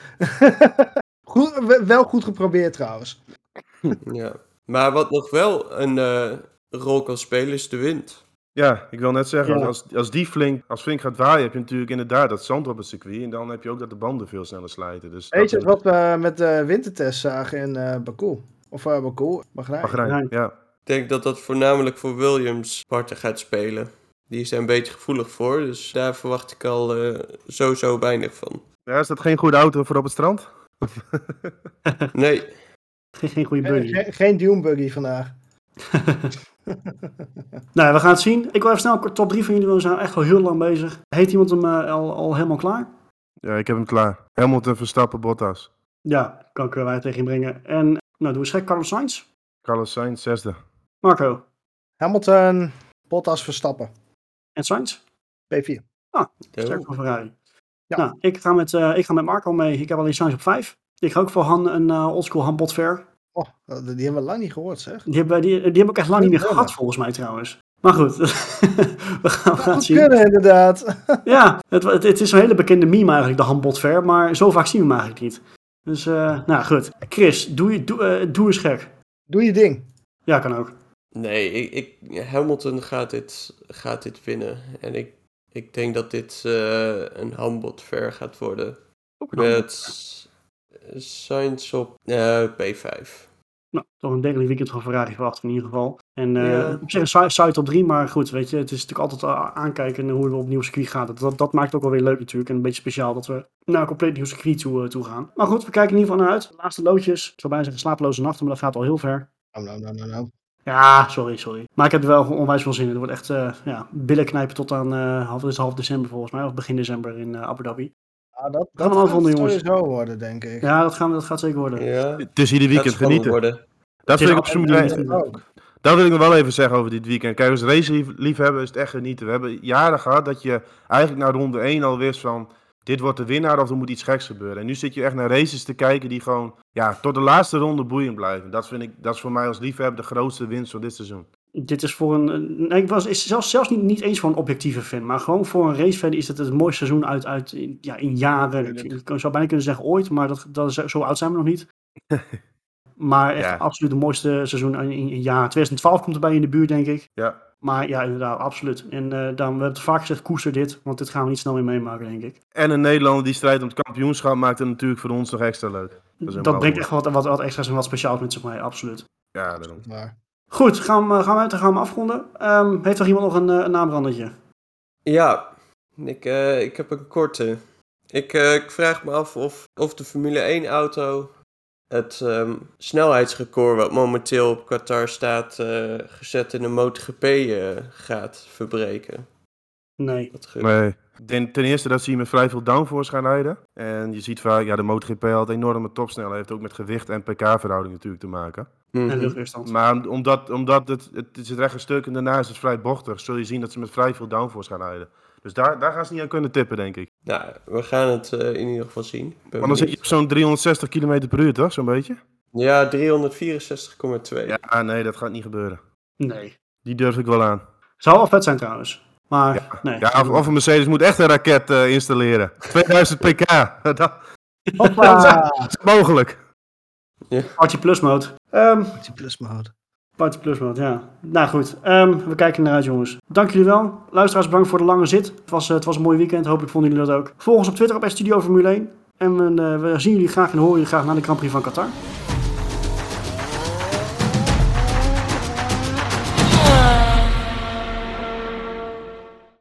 Wel goed geprobeerd trouwens. ja. Maar wat nog wel een rol kan spelen is de wind. Ja, ik wil net zeggen, Ja. als die flink gaat waaien, heb je natuurlijk inderdaad dat zand op het circuit. En dan heb je ook dat de banden veel sneller slijten. Dus Weet dat je wat we met de wintertest zagen in Baku? Of Baku, Bahrein. Bahrein, ja. Ik denk dat dat voornamelijk voor Williams parten gaat spelen. Die is daar een beetje gevoelig voor, dus daar verwacht ik al sowieso weinig van. Ja, is dat geen goede auto voor op het strand? Nee, Geen goede buggy. Geen dune buggy vandaag. Nou, we gaan het zien. Ik wil even snel top 3 van jullie. We zijn echt al heel lang bezig. Heeft iemand hem al helemaal klaar? Ja, ik heb hem klaar. Hamilton, Verstappen, Bottas. Ja, kan ik wij tegen inbrengen. En nou, doe eens gek. Carlos Sainz. Carlos Sainz, 6e. Marco. Hamilton, Bottas, Verstappen. En Sainz. P4. Sterk van Ferrari. Ja. Nou, ik ga met Marco mee. Ik heb alleen Sainz op 5. Ik ga ook voor een oldschool Han Botver. Oh, die hebben we lang niet gehoord, zeg. Die hebben we ook echt lang niet meer gehad, volgens mij trouwens. Maar goed, we gaan Dat het moet zien. kunnen, inderdaad. Ja, het is een hele bekende meme eigenlijk, de handbotver. Maar zo vaak zien we hem eigenlijk niet. Dus, nou goed. Chris, doe eens gek. Doe je ding. Ja, kan ook. Nee, Hamilton gaat dit winnen. En ik denk dat dit een handbotver gaat worden. Met Sainz op P5. Nou, toch een degelijk weekend van Ferrari verwacht in ieder geval. En Ja. op zich een site op 3, maar goed, weet je, het is natuurlijk altijd aankijken hoe we op nieuw circuit gaan. Dat maakt het ook wel weer leuk natuurlijk. En een beetje speciaal dat we naar een compleet nieuw circuit toe gaan. Maar goed, we kijken in ieder geval naar uit. De laatste loodjes. Ik zou bijna zeggen slapeloze nachten, maar dat gaat al heel ver. Nou. Ja, sorry. Maar ik heb er wel onwijs veel zin in. Het wordt echt billen knijpen tot aan half december volgens mij. Of begin december in Abu Dhabi. Ja, dat Gaan we gaat afronden, jongens. sowieso worden, denk ik. Ja, dat gaat zeker worden. Ja, Het is ieder gaat weekend spannend genieten. worden. Dat Het vind is ik op Formule absoluut 1. niet. ook. Dat wil ik nog wel even zeggen over dit weekend. Kijk, als race-liefhebber is het echt genieten. We hebben jaren gehad dat je eigenlijk naar ronde 1 al wist van... dit wordt de winnaar of er moet iets geks gebeuren. En nu zit je echt naar races te kijken die gewoon... ja, tot de laatste ronde boeiend blijven. Dat is voor mij als liefhebber de grootste winst van dit seizoen. Dit is voor een... Nee, ik was zelfs niet eens voor een objectieve fan. Maar gewoon voor een racefan is het mooiste seizoen uit in jaren. Ik zou bijna kunnen zeggen ooit. Maar zo oud zijn we nog niet. Maar echt Ja. absoluut het mooiste seizoen in jaren. 2012 komt erbij in de buurt, denk ik. Ja. Maar ja, inderdaad, absoluut. En we hebben het vaak gezegd, koester dit. Want dit gaan we niet snel meer meemaken, denk ik. En een Nederlander die strijdt om het kampioenschap maakt het natuurlijk voor ons nog extra leuk. Dat brengt echt wat extra's en wat speciaals met zich mee, absoluut. Ja, daarom. Maar Goed, gaan we afronden. Heeft er iemand nog een naambrandertje? Ja, ik heb een korte. Ik vraag me af of de Formule 1 auto het snelheidsrecord wat momenteel op Qatar staat gezet in de MotoGP gaat verbreken. Nee. Nee. Ten eerste dat ze hier met vrij veel downforce gaan rijden. En je ziet vaak, de MotoGP had enorme topsnelheid. Heeft ook met gewicht en pk-verhouding natuurlijk te maken. Mhm. En luchtweerstand. Maar omdat het is het recht een stuk en daarna is het vrij bochtig, zul je zien dat ze met vrij veel downforce gaan rijden. Dus daar gaan ze niet aan kunnen tippen, denk ik. Nou, we gaan het in ieder geval zien. Ik ben Want dan zit je benieuwd. op zo'n 360 km per uur, toch? Zo'n beetje? Ja, 364,2. Ja, nee, dat gaat niet gebeuren. Nee. Die durf ik wel aan. Zou wel vet zijn trouwens. Maar nee. Ja, of een Mercedes moet echt een raket installeren. 2000 pk. Dat hoppa! is mogelijk. Party Plus mode. Die plusmode. Party Plus mode, ja. Nou goed, we kijken naar uit, jongens. Dank jullie wel. Luisteraars, bedankt voor de lange zit. Het was een mooi weekend. Hopelijk vonden jullie dat ook. Volg ons op Twitter op @Studio Formule 1. En we zien jullie graag en horen jullie graag naar de Grand Prix van Qatar.